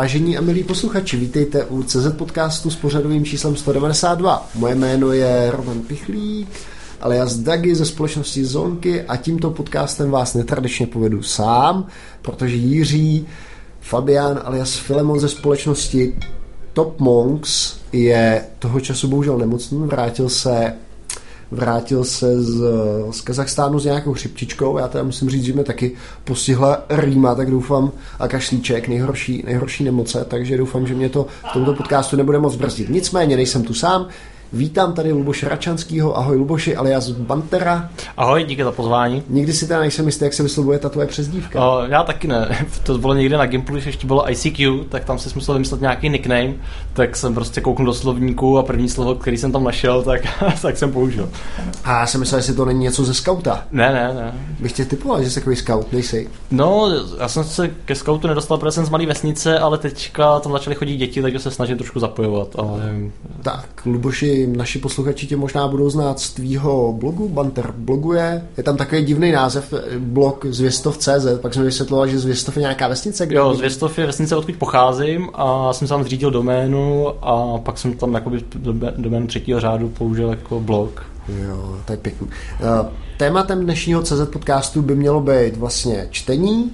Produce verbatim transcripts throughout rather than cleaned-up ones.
Vážení a milí posluchači, vítejte u C Z podcastu s pořadovým číslem sto devadesát dva. Moje jméno je Roman Pichlík, alias Dagi ze společnosti Zonky a tímto podcastem vás netradičně povedu sám, protože Jiří Fabián alias Filemon ze společnosti Top Monks je toho času bohužel nemocný, vrátil se vrátil se z, z Kazachstánu s nějakou chřipčičkou. Já teda musím říct, že mě taky postihla rýma, tak doufám, a kašlíček, nejhorší, nejhorší nemoce, takže doufám, že mě to v tomto podcastu nebude moc brzdit. Nicméně nejsem tu sám. Vítám tady Luboše Račanskýho. Ahoj Luboši, alias Bantera. Ahoj, díky za pozvání. Nikdy si teda nejsem jistý, jak se vyslovuje ta tvoje přezdívka. O, já taky ne. To bylo někde na Gimplu, když ještě bylo I C Q, tak tam si musel vymyslet nějaký nickname, tak jsem prostě kouknul do slovníku a první slovo, který jsem tam našel, tak, tak jsem použil. A já jsem myslel, jestli to není něco ze skauta. Ne, ne, ne. Bych tě typoval, že jsi takový scout, nejsi? No, já jsem se ke skautu nedostal, protože jsem z malé vesnice, ale teďka tam začaly chodit děti, takže se snažím trošku zapojovat. Ale... Tak, Luboši, naši posluchači tě možná budou znát z tvýho blogu, Banter bloguje, je tam takový divný název, blog Zvěstov tečka cé zet, pak jsme vysvětlovali, že Zvěstov je nějaká vesnice. Kde jo, Zvěstov je vesnice, odkud pocházím a jsem sám zřídil doménu a pak jsem tam jakoby doménu třetího řádu použil jako blog. Jo, to je pěkný. Tématem dnešního C Z podcastu by mělo být vlastně čtení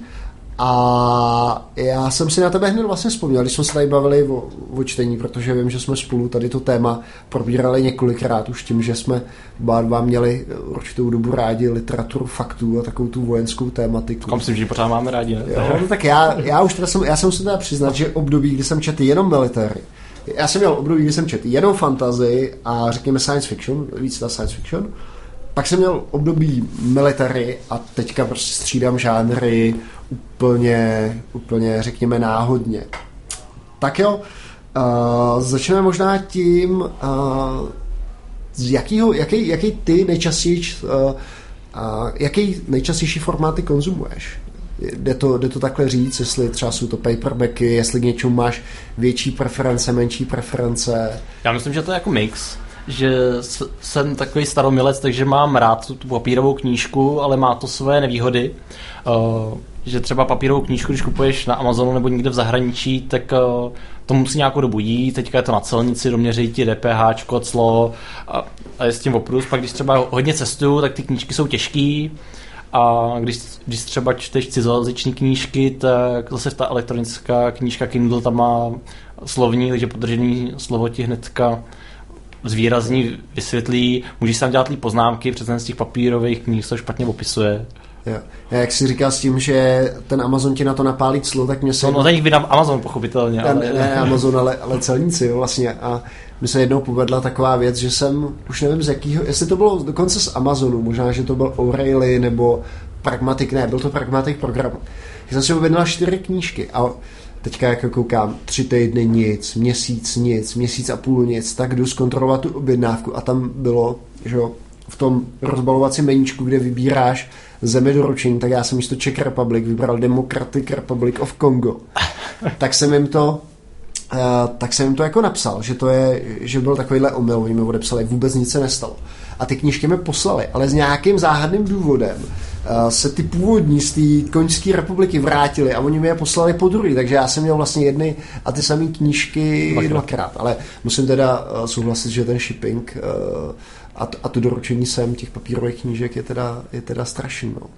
a já jsem si na tebe hned vlastně vzpomněl, když jsme se tady bavili o, o čtení, protože vím, že jsme spolu tady to téma probírali několikrát už tím, že jsme oba dva měli určitou dobu rádi literaturu faktů a takovou tu vojenskou tématiku. Kam myslím, že pořád máme rádi, ne? Jo, no tak já, já už teda jsem, já jsem se teda přiznat, že období, kdy jsem četl jenom military, já jsem měl období, kdy jsem četl jenom fantasy a řekněme science fiction, víc ta science fiction, pak jsem měl období military a teďka prostě střídám žánry úplně, úplně řekněme náhodně. Tak jo, uh, začneme možná tím, uh, z jakýho, jaký, jaký ty nejčastější, uh, uh, jaký nejčastější formáty konzumuješ? Jde to, jde to takhle říct, jestli třeba jsou to paperbacky, jestli k něčemu máš větší preference, menší preference? Já myslím, že to je jako mix. Že jsem takový staromilec, takže mám rád tu, tu papírovou knížku, ale má to své nevýhody. Uh, že třeba papírovou knížku, když kupuješ na Amazonu nebo někde v zahraničí, tak uh, to musí nějakou dobu jít, teďka je to na celnici, doměří ti D P H, clo a, a je s tím oprus. Pak když třeba hodně cestuju, tak ty knížky jsou těžký a když, když třeba čteš cizojazyční knížky, tak zase ta elektronická knížka Kindle tam má slovník, takže podržený slovo ti hnedka zvýrazní, vysvětlí, můžeš tam dělat poznámky, přece z těch papírových knih se špatně opisuje. Jo. Já jak jsi říkal s tím, že ten Amazon ti na to napálí clo, tak mě se... No, no teď vydám Amazon, pochopitelně. Ale... Ne, ne Amazon, ale, ale celníci, jo, vlastně. A mi se jednou povedla taková věc, že jsem, už nevím z jakýho, jestli to bylo dokonce z Amazonu, možná, že to byl O'Reilly nebo Pragmatic, ne, byl to Pragmatic program. Já jsem si objednal čtyři knížky a teďka jako koukám, tři týdny nic, měsíc nic, měsíc a půl nic, tak jdu zkontrolovat tu objednávku a tam bylo, že jo, v tom rozbalovacím meníčku, kde vybíráš zemi doručení, tak já jsem místo Czech Republic vybral Democratic Republic of Congo. tak jsem jim to uh, tak jsem jim to jako napsal, že to je, že byl takovýhle omyl, oni mi odepsali, vůbec nic se nestalo. A ty knížky mi poslali, ale s nějakým záhadným důvodem uh, se ty původní z té Koňské republiky vrátily a oni mi je poslali po druhý, takže já jsem měl vlastně jedny a ty samé knížky dvakrát. dvakrát. Ale musím teda uh, souhlasit, že ten shipping uh, a, t- a to doručení sem těch papírových knížek je teda, je teda strašný. No.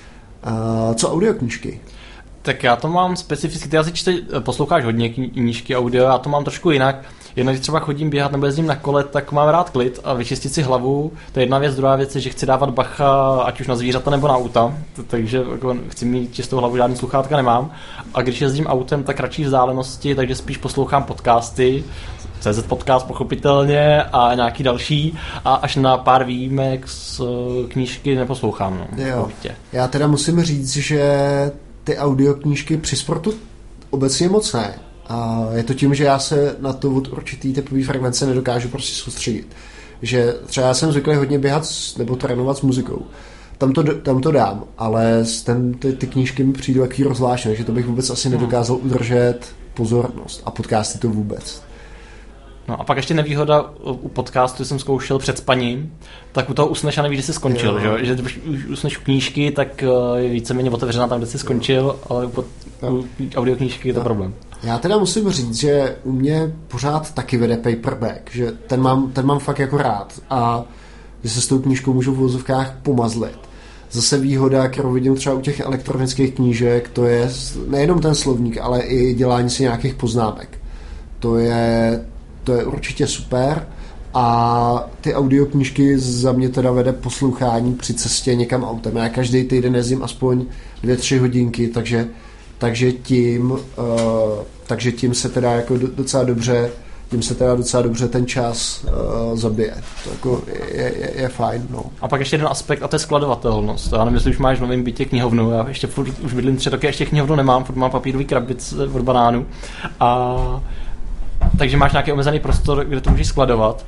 Uh, co audioknížky? Tak já to mám specificky, ty asi čte, posloucháš hodně knížky audio, já to mám trošku jinak. Jenom když třeba chodím běhat nebo jezdím na kole, tak mám rád klid a vyčistit si hlavu. To je jedna věc, druhá věc je, že chci dávat bacha, ať už na zvířata nebo na auta, takže jako chci mít čistou hlavu, žádný sluchátka nemám. A když jezdím autem, tak radši vzdálenosti, takže spíš poslouchám podcasty, C Z podcast pochopitelně a nějaký další a až na pár výjimek z knížky neposlouchám. No, jo. Já teda musím říct, že ty audioknížky při sportu obecně moc ne. A je to tím, že já se na to od určitý typový frekvence nedokážu prostě soustředit. Že třeba já jsem zvyklý hodně běhat nebo trénovat s muzikou. Tam to, tam to dám, ale ten, ty, ty knížky mi přijdou jaký rozvláštné, že to bych vůbec asi nedokázal udržet pozornost. A podcasty to vůbec. No a pak ještě nevýhoda u podcastu, jsem zkoušel před spaním, tak u toho usneš a nevíš, že jsi skončil, že? Že když usneš u knížky, tak je víceméně otevřená tam, kde jsi skončil, ale u, u audioknížky je to no. problém. Já teda musím říct, že u mě pořád taky vede paperback, že ten mám, ten mám fakt jako rád a že se s tou knížkou můžu v vozovkách pomazlit. Zase výhoda, kterou vidím třeba u těch elektronických knížek, to je nejenom ten slovník, ale i dělání si nějakých poznámek. To je, to je určitě super a ty audioknížky za mě teda vede poslouchání při cestě někam autem. Já každý týden jezdím aspoň dvě, tři hodinky, takže, takže, tím, uh, takže tím se teda jako docela dobře tím se teda docela dobře ten čas uh, zabije. To jako je, je, je fajn. No. A pak ještě jeden aspekt a to je skladovatelnost. Já nevím, jestli už máš v novém bytě knihovnu. Já ještě furt, už bydlím tři roky, ještě knihovnu nemám, furt mám papírový krabice od banánu. A takže máš nějaký omezený prostor, kde to můžeš skladovat.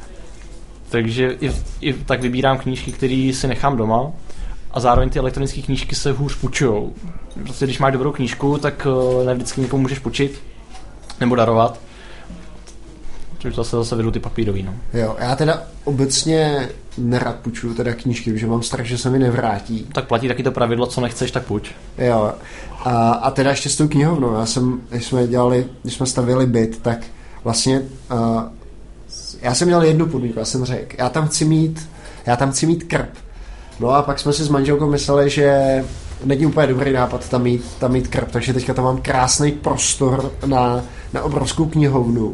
Takže i, i tak vybírám knížky, které si nechám doma. A zároveň ty elektronické knížky se hůř půjčujou. Prostě když máš dobrou knížku, tak ne vždycky někomu můžeš půjčit nebo darovat. Což zase zase vedou ty papírový, no. Jo, já teda obecně nerad půjčuju teda knížky, protože mám strach, že se mi nevrátí. Tak platí taky to pravidlo, co nechceš, tak půjč. Jo. A, a teda ještě s tou knihovnou. Já jsem, když jsme dělali, když jsme stavěli byt, tak vlastně uh, já jsem měl jednu podmínku, já jsem řekl, já tam chci mít, já tam chci mít krb. No a pak jsme si s manželkou mysleli, že není úplně dobrý nápad tam mít, tam mít krb, takže teďka tam mám krásný prostor na, na obrovskou knihovnu.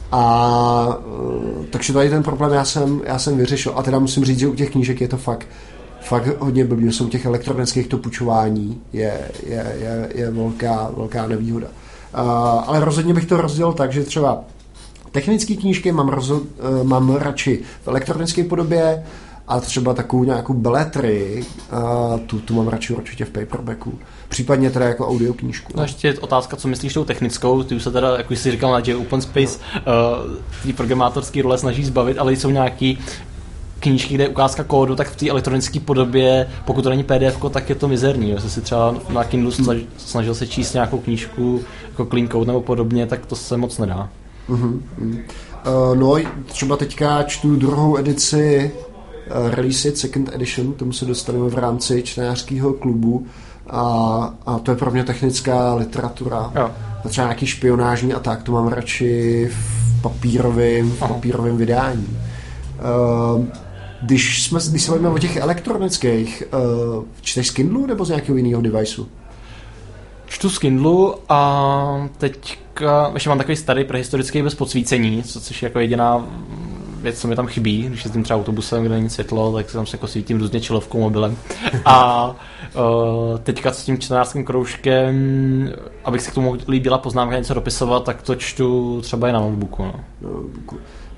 A takže tady ten problém já jsem, já jsem vyřešil. A teda musím říct, že u těch knížek je to fakt, fakt hodně blbý. Jsou těch elektronických to půjčování je, je, je, je velká, velká nevýhoda. Uh, ale rozhodně bych to rozdělil tak, že třeba technické knížky mám, rozhod, uh, mám radši v elektronické podobě a třeba takovou nějakou beletry, uh, tu, tu mám radši určitě v paperbacku. Případně teda jako audioknížku. No ještě otázka, co myslíš tou technickou, ty už se teda, jak už jsi říkal, že Open Space no. uh, ty programátorský role snaží zbavit, ale jsou nějaký knížky, kde je ukázka kódu, tak v té elektronické podobě, pokud to není P D F, tak je to mizerný. Jestli si třeba na Kindle snažil se číst nějakou knížku jako clean code nebo podobně, tak to se moc nedá. Uh-huh. Uh, no, třeba teďka čtu druhou edici uh, Release It, Second Edition, tomu se dostaneme v rámci čtenářského klubu. A, a to je pro mě technická literatura. Jo. Třeba nějaký špionážní a tak, to mám radši v papírovém, v papírovém vydání. Uh, když, jsme, když se bavíme o těch elektronických, uh, čteš z Kindlu nebo z nějakého jiného deviceu? Čtu z Kindlu a teďka ještě mám takový starý prehistorický bez podsvícení, což je jako jediná věc, co mi tam chybí, když jezdím třeba autobusem, kde není světlo, tak se tam se jako svítím různě čilovkou mobilem. A uh, teďka s tím čtenářským kroužkem, abych si k tomu líbila poznámka něco dopisovat, tak to čtu třeba i na notebooku. No. Uh,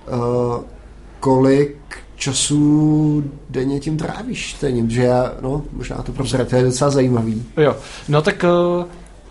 kolik času denně tím trávíš čtením? Že já, no, možná to prostě to je docela zajímavý. Jo, no tak uh,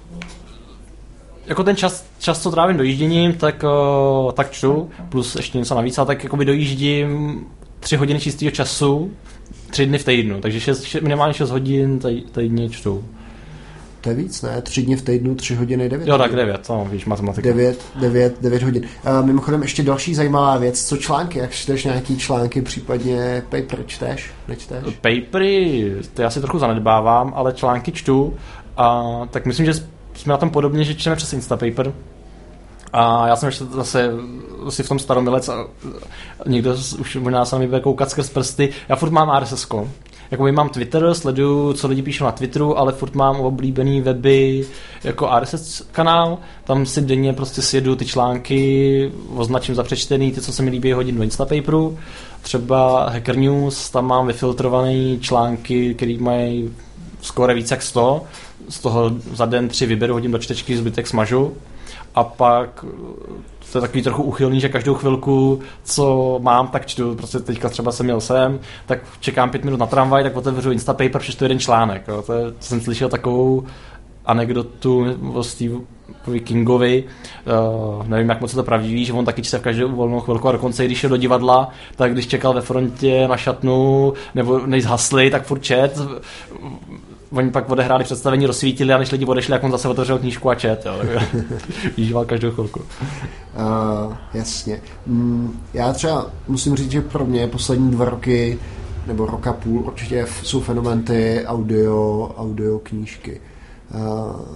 jako ten čas, čas co trávím dojížděním, tak, uh, tak čtu, plus ještě něco navíc, a tak jakoby dojíždím tři hodiny čistého času, tři dny v týdnu, takže šest, šest, minimálně šest hodin týdně čtu. To je víc, ne? Tři dny v týdnu, tři hodiny, devět. Jo, tak devět, no, víš, matematika. Devět, devět, devět hodin. A mimochodem ještě další zajímavá věc, co články, jak čteš nějaký články, případně paper čteš, nečteš? Papery, to já si trochu zanedbávám, ale články čtu, a tak myslím, že jsme na tom podobně, že čteme přes Instapaper. A já jsem ještě zase si v tom staromilec a někdo už možná se na mě bude koukat skrz prsty. Já furt mám R S S ko. Jakoby mám Twitter, sleduju, co lidi píšou na Twitteru, ale furt mám oblíbený weby jako R S S kanál. Tam si denně prostě sjedu ty články, označím za přečtený, ty, co se mi líbí, hodím do Instapaperu. Třeba Hacker News, tam mám vyfiltrované články, které mají skoro více jak sto. Z toho za den tři vyberu, hodím do čtečky, zbytek smažu. A pak to je takový trochu uchylný, že každou chvilku, co mám, tak čtu. Prostě teďka třeba jsem měl sem, tak čekám pět minut na tramvaj, tak otevřu Instapaper, přečtu jeden článek. Jo. To, je, to jsem slyšel takovou anekdotu o Steve Kingovi, uh, nevím, jak moc je to pravdivý, že on taky čte v každou volnou chvilku, a dokonce, když šel do divadla, tak když čekal ve frontě na šatnu, nebo než zhasli, tak furt čet. Oni pak odehráli představení, rozsvítili, a než lidi odešli, jak on zase otevřel knížku a čet. Vyžíval každou chvilku. Uh, jasně. Mm, já třeba musím říct, že pro mě poslední dva roky, nebo roka půl, určitě jsou fenomenty audio, audio knížky. Uh,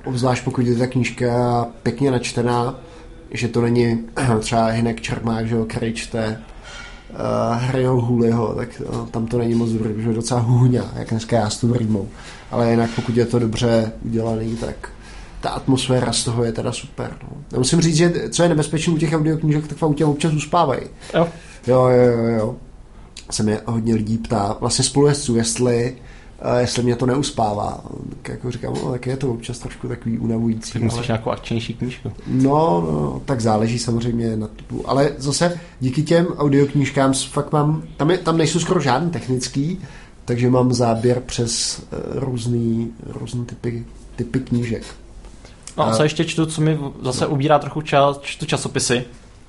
obzvlášť pokud je ta knížka pěkně načtená, že to není třeba Hinek Čermák, že jo, který čte uh, Harryho Hooleyho, tak uh, tam to není moc dobrý, protože je docela hůňa, jak dneska já s tou rýmou. Ale jinak pokud je to dobře udělaný, tak ta atmosféra z toho je teda super. No. Já musím říct, že co je nebezpečné u těch audioknížek, tak v občas uspávají. Jo. Jo, jo, jo, jo. Se mě hodně lidí ptá, vlastně spolujezdců, jestli jestli mě to neuspává. Tak jako říkám, no, tak je to občas trošku takový unavující. Tak musíš ale... nějakou akčnější knížku. No, no, tak záleží samozřejmě na typu. Ale zase díky těm audioknížkám fakt mám, tam, je, tam nejsou skoro žádný technický, takže mám záběr přes uh, různý, různý typy, typy knížek. No a co ještě čtu, co mi zase no. ubírá trochu čas, čtu časopisy.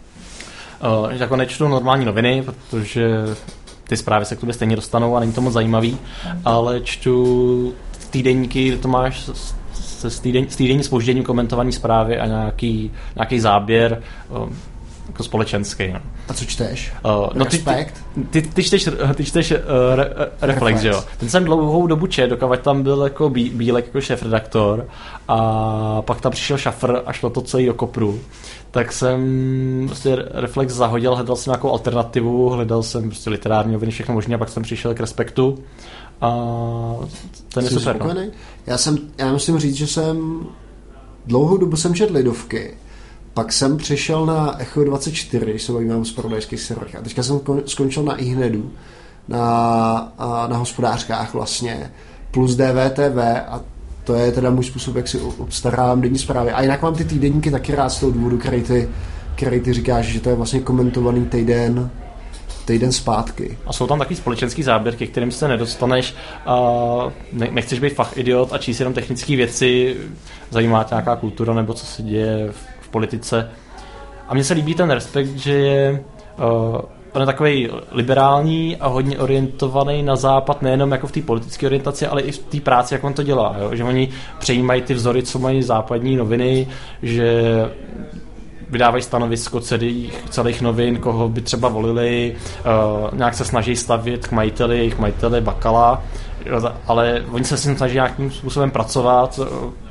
Uh, jako nečtu normální noviny, protože ty zprávy se k tobě stejně dostanou a není to moc zajímavý, ale čtu týdeníky, kde to máš s týdenní zpožděním komentovaný zprávy a nějaký, nějaký záběr um, jako společenský. No. A co čteš? Uh, no ty, ty, ty, ty čteš, ty čteš uh, re, uh, Reflex, že jo? Ten jsem dlouhou dobu čet, dokud tam byl jako bí, Bílek jako šéfredaktor a pak tam přišel Šafr a šlo to celý do kopru. Tak jsem prostě Reflex zahodil, hledal jsem nějakou alternativu, hledal jsem prostě literární noviny, všechno možné a pak jsem přišel k Respektu a ten je super. No. Já jsem, já musím říct, že jsem dlouhou dobu jsem četl Lidovky, pak jsem přišel na Echo dvacet čtyři, když se bavím o zpravodajských serverech a teďka jsem skončil na iHnedu, na, na hospodářkách vlastně, plus D V T V a to je teda můj způsob, jak si obstarávám denní zprávy. A jinak mám ty týdeníky taky rád z toho důvodu, který ty, který ty říkáš, že to je vlastně komentovaný týden, týden zpátky. A jsou tam takový společenský záběr, ke kterým se nedostaneš a nechceš být fach idiot a číst jenom technické věci, zajímá tě nějaká kultura nebo co se děje v, v politice. A mně se líbí ten Respekt, že je uh, on je takový liberální a hodně orientovaný na západ, nejenom jako v té politické orientaci, ale i v té práci, jak on to dělá. Jo? Že oni přejímají ty vzory, co mají západní noviny, že vydávají stanovisko celých, celých novin, koho by třeba volili, uh, nějak se snaží stavět k majiteli, jejich majiteli Bakala, ale oni se s tím snaží nějakým způsobem pracovat.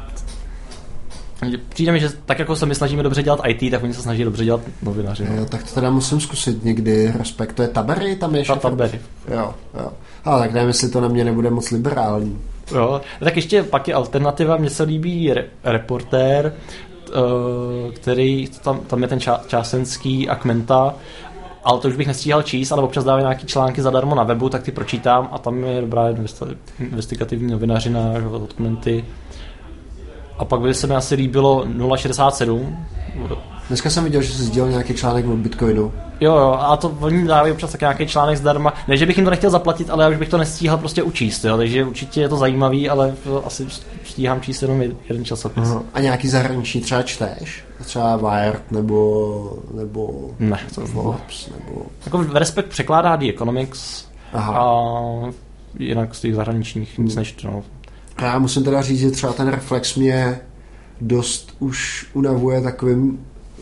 Přijde mi, že tak jako se my snažíme dobře dělat I T, tak oni se snaží dobře dělat novinaři. No. Jo, tak to teda musím zkusit někdy. Respekt, to je Tabery? Tam je Ta, Tabery. Jo, jo. Ale tak nevím, jestli to na mě nebude moc liberální. Jo, tak ještě pak je alternativa, mně se líbí re, Reportér, který, tam, tam je ten ča, Čásenský a Kmenta, ale to už bych nestíhal číst, ale občas dávají nějaký články zadarmo na webu, tak ty pročítám a tam je dobrá investigativní novinařina od Kmenty. A pak by se mi asi líbilo nula šedesát sedm. Dneska jsem viděl, že jsi sdělal nějaký článek o Bitcoinu. Jo, jo, a to oni dávají občas tak nějaký článek zdarma. Ne, že bych jim to nechtěl zaplatit, ale já už bych to nestíhal prostě učíst, jo. Takže určitě je to zajímavý, ale asi stíhám číst jenom jeden časopis. Aha. A nějaký zahraniční třeba čteš? Třeba Wired nebo... nebo ne, to Forbes, nebo... Jako v Respekt překládá The Economics. Aha. A jinak z těch zahraničních nic než to, no. Já musím teda říct, že třeba ten Reflex mě dost už unavuje takovým,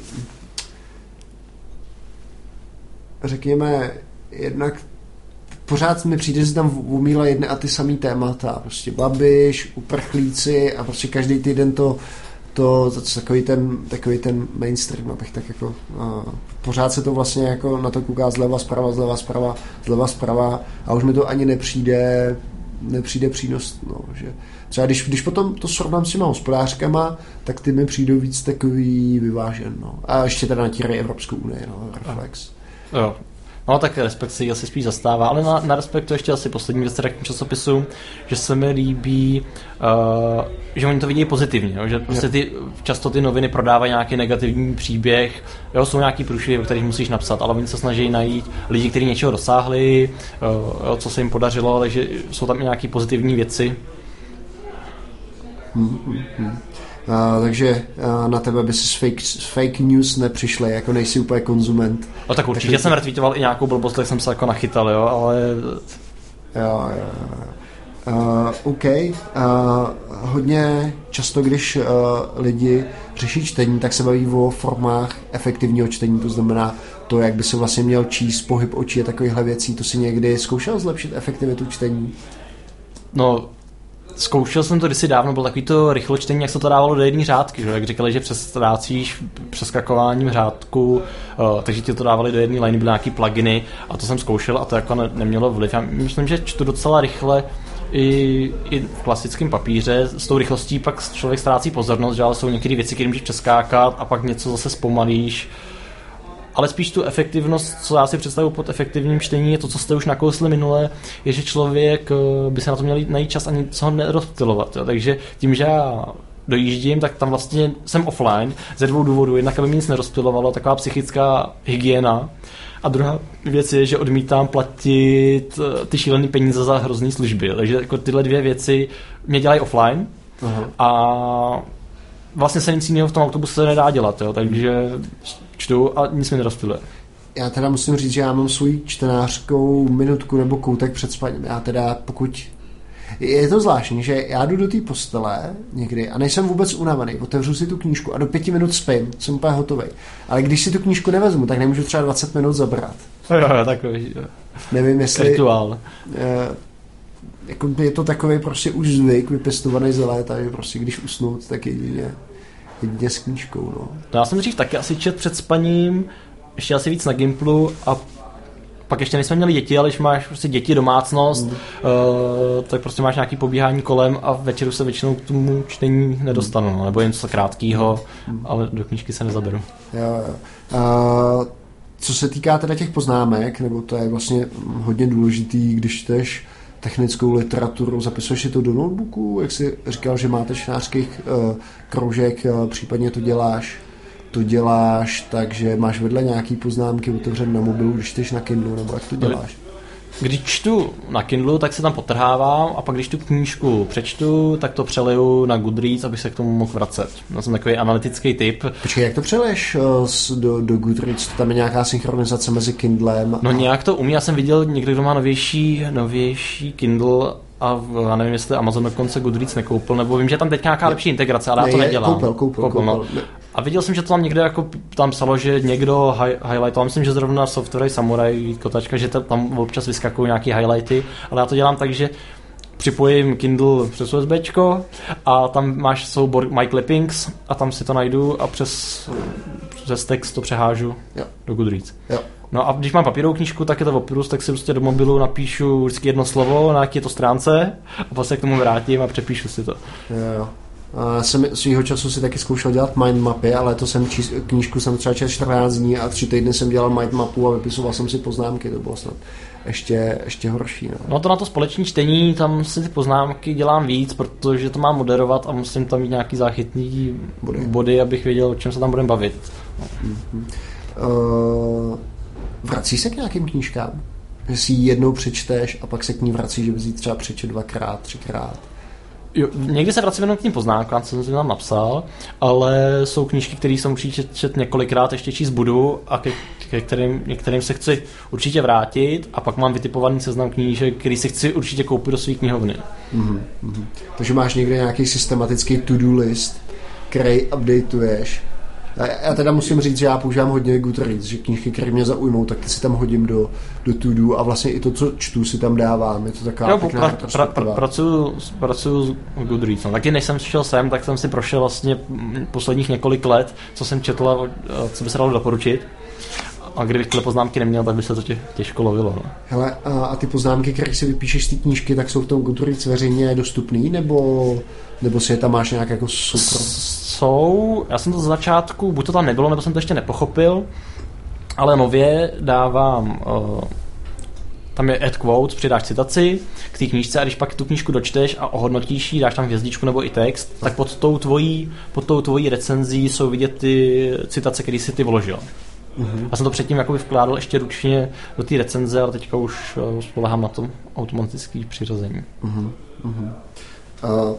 řekněme, jednak pořád mi přijde, že tam umíla jedny a ty samý témata. Prostě Babiš, uprchlíci a prostě každý týden to, to, to takový, ten, takový ten mainstream, abych tak jako a pořád se to vlastně jako na to kouká zleva, zprava, zleva, zprava, zleva, zprava a už mi to ani nepřijde nepřijde přínos, no, že třeba když, když potom to srovnám s těma hospodářkama, tak ty mi přijdou víc takový vyvážen, no. A ještě teda natírají Evropskou unii, no, Reflex. Jo. No tak Respekt si asi spíš zastává, ale na, na Respektu ještě asi poslední věc teda k časopisu, že se mi líbí, uh, že oni to vidí pozitivně, jo? Že prostě ty, často ty noviny prodávají nějaký negativní příběh, jo? Jsou nějaký průšvy, o kterých musíš napsat, ale oni se snaží najít lidi, kteří něčeho dosáhli, uh, jo? Co se jim podařilo, takže jsou tam i nějaké pozitivní věci. Hmm, hmm, hmm. Uh, takže uh, na tebe by si fake, fake news nepřišly, jako nejsi úplně konzument. No tak určitě tak jsem retweetoval i nějakou blbost, tak jsem se jako nachytal, jo, ale... Jo, jo, jo. Uh, OK. Uh, hodně často, když uh, lidi řeší čtení, tak se baví o formách efektivního čtení, to znamená to, jak by se vlastně měl číst, pohyb očí a takovýchhle věcí. To si někdy zkoušel zlepšit efektivitu čtení? No... zkoušel jsem to kdysi dávno, bylo takový to rychločtení, jak se to dávalo do jedné řádky, že? Jak říkali, že přestrácíš přeskakováním řádku, uh, takže ti to dávali do jedné liney, byly nějaký pluginy a to jsem zkoušel a to jako ne, nemělo vliv. Já myslím, že čtu docela rychle i, i v klasickém papíře, s tou rychlostí pak člověk ztrácí pozornost, že ale jsou některé věci, které můžeš přeskákat a pak něco zase zpomalíš. Ale spíš tu efektivnost, co já si představuji pod efektivním čtení, je to, co jste už nakousli minule, je, že člověk by se na to měl najít čas a nic ho nerozptylovat. Jo. Takže tím, že já dojíždím, tak tam vlastně jsem offline ze dvou důvodů. Jednak, aby mi nic nerozptylovalo, taková psychická hygiena. A druhá věc je, že odmítám platit ty šílené peníze za hrozný služby. Takže jako tyhle dvě věci mě dělají offline. Aha. A vlastně se nic jiného v tom autobuse nedá dělat. Jo. Takže čtu a nic mi nerozptyluje. Já teda musím říct, že já mám svou čtenářskou minutku nebo koutek před spaním. Já teda pokud... Je to zvláštní, že já jdu do té postele někdy a nejsem vůbec unavený, otevřu si tu knížku a do pěti minut spím, jsem úplně hotovej. Ale když si tu knížku nevezmu, tak nemůžu třeba dvacet minut zabrat. Jo, jo, takový, jo. Nevím, jestli... Rituál. Je, jako je to takový prostě už zvyk vypěstovaný za léta, že prostě když usnout, tak jedině, jedině s knížkou, no. No já jsem dřív taky asi čet před spaním, ještě asi víc na Gimplu a pak ještě nejsme měli děti, ale když máš prostě děti, domácnost, mm. uh, tak prostě máš nějaký pobíhání kolem a večeru se většinou k tomu čtení nedostanu, no, nebo jen něco krátkýho, mm. ale do knížky se nezaberu. Jo, jo. Uh, co se týká teda těch poznámek, nebo to je vlastně hodně důležitý, když čteš technickou literaturu, zapisuješ si to do notebooku, jak jsi říkal, že máte čtenářských uh, kroužek, uh, případně to děláš to děláš, takže máš vedle nějaký poznámky otevřené na mobilu, když čteš na Kindlu, nebo jak to děláš? Když čtu na Kindlu, tak se tam potrhávám a pak když tu knížku přečtu, tak to přeleju na Goodreads, abych se k tomu mohl vracet. Já jsem takový analytický typ. Počkej, jak to přeleješ uh, do, do Goodreads? Tam je nějaká synchronizace mezi Kindlem a... No nějak to umí, já jsem viděl někdo, kdo má novější, novější Kindle a já nevím, jestli Amazon dokonce Goodreads nekoupil, nebo vím, že tam teď nějaká lepší integrace, ale ne, já to nedělám. Koupil, koupil, koupil, koupil. No. A viděl jsem, že to tam někde jako tam psalo, že někdo hi- highlightoval, myslím, že zrovna Software Samurai kotačka, že tam občas vyskakují nějaký highlighty, ale já to dělám tak, že připojím Kindle přes USBčko a tam máš soubor My Clippings a tam si to najdu a přes, přes text to přehážu jo. do Goodreads. Jo. No a když mám papírovou knížku, tak je to oprus, tak si prostě do mobilu napíšu vždycky jedno slovo na jaké to stránce a pak se k tomu vrátím a přepíšu si to. Jo, jo. A jsem svýho času si taky zkoušel dělat mindmapy, ale to jsem čís, knížku jsem třeba četl čtrnáct dní a tři týdny jsem dělal mindmapu a vypisoval jsem si poznámky, to bylo snad ještě, ještě horší. No. no to na to společné čtení, tam si ty poznámky dělám víc, protože to mám moderovat a musím tam mít nějaký záchytný body, body abych věděl, o čem se tam budeme bavit. No. Mm-hmm. Uh, vrací se k nějakým knížkám? Že si ji jednou přečteš a pak se k ní vrací, že bys ji třeba přečet dvakrát, třikrát? Jo, někdy se vracím jenom k tím poznámkám, co jsem si tam napsal, ale jsou knížky, které jsem určitě čet několikrát, ještě číst budu a ke, ke kterým, některým se chci určitě vrátit a pak mám vytipovaný seznam knížek, který si chci určitě koupit do své knihovny. Mm-hmm. Takže máš někde nějaký systematický to-do list, který updateuješ. Já teda musím říct, že já používám hodně Goodreads, že knížky, které mě zaujmou, tak si tam hodím do, do to-do a vlastně i to, co čtu, si tam dávám. Je to taková jo, pěkná pra, pra, pra, pracuju, pracuju s Goodreads. No. Taky než jsem šel sem, tak jsem si prošel vlastně posledních několik let, co jsem četl a co by se dalo doporučit. A kdybych tyhle poznámky neměl, tak by se to tě, těžko lovilo. No. Hele, a, a ty poznámky, které si vypíšeš z té knížky, tak jsou v tom Goodreads veřejně dostupný, nebo, nebo si je tam máš nějak jako super? Jsou, já jsem to z začátku, buď to tam nebylo, nebo jsem to ještě nepochopil, ale nově dávám, uh, tam je add quotes, přidáš citaci k té knížce a když pak tu knížku dočteš a ohodnotíš ji, dáš tam hvězdičku nebo i text, tak pod tou tvojí, pod tou tvojí recenzí jsou vidět ty citace, které si ty vložil. Mm-hmm. Já jsem to předtím jakoby vkládal ještě ručně do té recenze, ale teďka už uh, spolehám na to automatické přiřazení. Mm-hmm. Uh,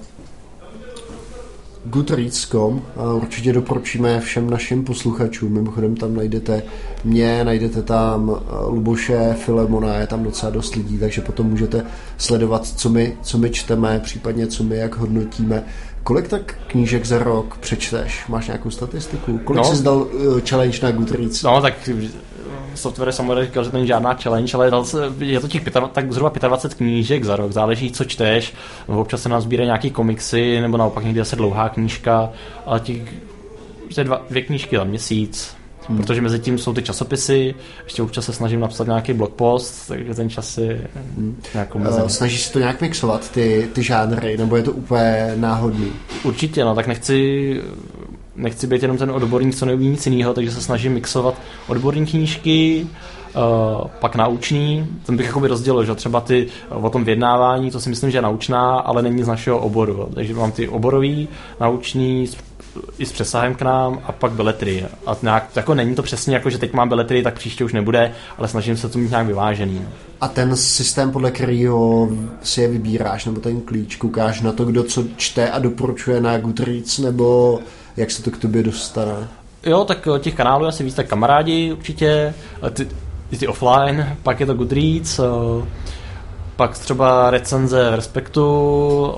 Goodreads tečka com určitě doporučíme všem našim posluchačům. Mimochodem tam najdete mě, najdete tam Luboše, Filemona, je tam docela dost lidí, takže potom můžete sledovat, co my, co my čteme, případně co my jak hodnotíme kolik tak knížek za rok přečteš? Máš nějakou statistiku? Kolik no, jsi dal uh, challenge na Goodreads? No, tak software samozřejmě říkal, že to není žádná challenge, ale dal se, je to těch pět, tak zhruba dvacet pět knížek za rok, záleží, co čteš, občas se nám sbírají nějaký komiksy, nebo naopak někdy zase dlouhá knížka, ale těch dva, dvě knížky za měsíc, hmm. protože mezi tím jsou ty časopisy, ještě občas se snažím napsat nějaký blogpost, takže ten čas je hmm. nějak omezený. Uh, snažíš se to nějak mixovat, ty, ty žánry, nebo je to úplně náhodný? Určitě, no, tak nechci... Nechci být jenom ten odborník, co neumí nic jiného, takže se snažím mixovat odborní knížky, uh, pak naučný, ten bych jakoby rozdělil, že třeba ty o tom vyjednávání, to si myslím, že je naučná, ale není z našeho oboru, takže mám ty oborový, naučný, i s přesahem k nám a pak beletry. A nějak, jako není to přesně jako, že teď mám beletry, tak příště už nebude, ale snažím se to mít nějak vyvážený. A ten systém, podle kterého si je vybíráš, nebo ten klíč, koukáš na to, kdo co čte a doporučuje na Goodreads, nebo jak se to k tobě dostane? Jo, tak těch kanálů asi víc, tak kamarádi určitě, ty, ty offline, pak je to Goodreads, pak třeba recenze v Respektu,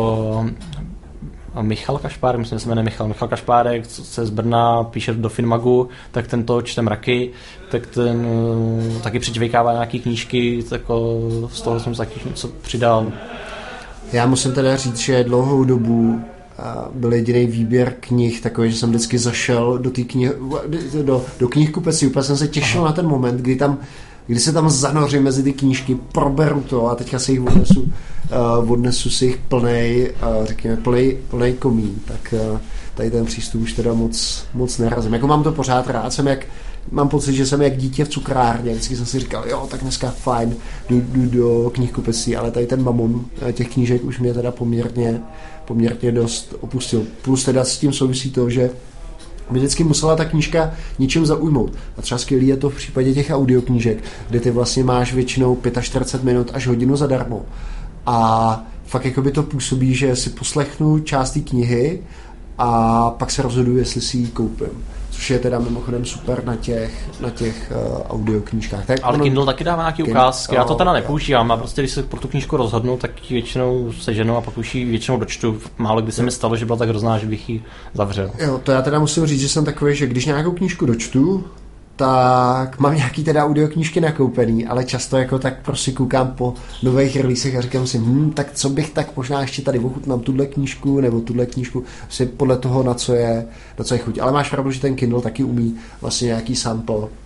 Michal Kašpárek, myslím, že se jmenuje Michal, Michal Kašpárek, co se z Brna píše do Finmagu, tak tento čte mraky, tak ten taky přičvejkává nějaký knížky, tak z toho jsem taky něco přidal. Já musím teda říct, že dlouhou dobu byl jediný výběr knih takový, že jsem vždycky zašel do té knih, do, do knihkupectví, úplně jsem se těšil Aha. na ten moment, kdy tam kdy se tam zanořím mezi ty knížky, proberu to a teďka si jich odnesu, uh, odnesu si jich plnej, uh, řekněme, plnej, plnej komín, tak uh, tady ten přístup už teda moc, moc nerazím. Jako mám to pořád rád, jsem jak, mám pocit, že jsem jak dítě v cukrárně, vždycky jsem si říkal, jo, tak dneska fajn, jdu, jdu do knihkupectví, ale tady ten mamon těch knížek už mě teda poměrně, poměrně dost opustil. Plus teda s tím souvisí to, že by vždycky musela ta knížka něčím zaujmout. A třeba skvělý je to v případě těch audioknížek, kde ty vlastně máš většinou čtyřicet pět minut až hodinu zadarmo. A fakt jakoby to působí, že si poslechnu část té knihy a pak se rozhoduji, jestli si ji koupím. Což je teda mimochodem super na těch, na těch uh, audioknížkách. Tak ale ono, Kindle taky dává nějaký ukázky. Já to teda no, nepoužívám. A prostě když se pro tu knížku rozhodnu, tak ji většinou seženu a pak už ji většinou dočtu. Málo kdy se mi stalo, že byla tak hrozná, že bych ji zavřel. Jo, to já teda musím říct, že jsem takový, že když nějakou knížku dočtu, tak mám nějaký teda audioknížky nakoupený, ale často jako tak prostě koukám po nových releasech a říkám si, hm, tak co bych tak možná ještě tady ochutnám tuhle knížku nebo tuhle knížku, si podle toho, na co je, na co je chuť. Ale máš pravdu, že ten Kindle taky umí vlastně nějaký sample, uh,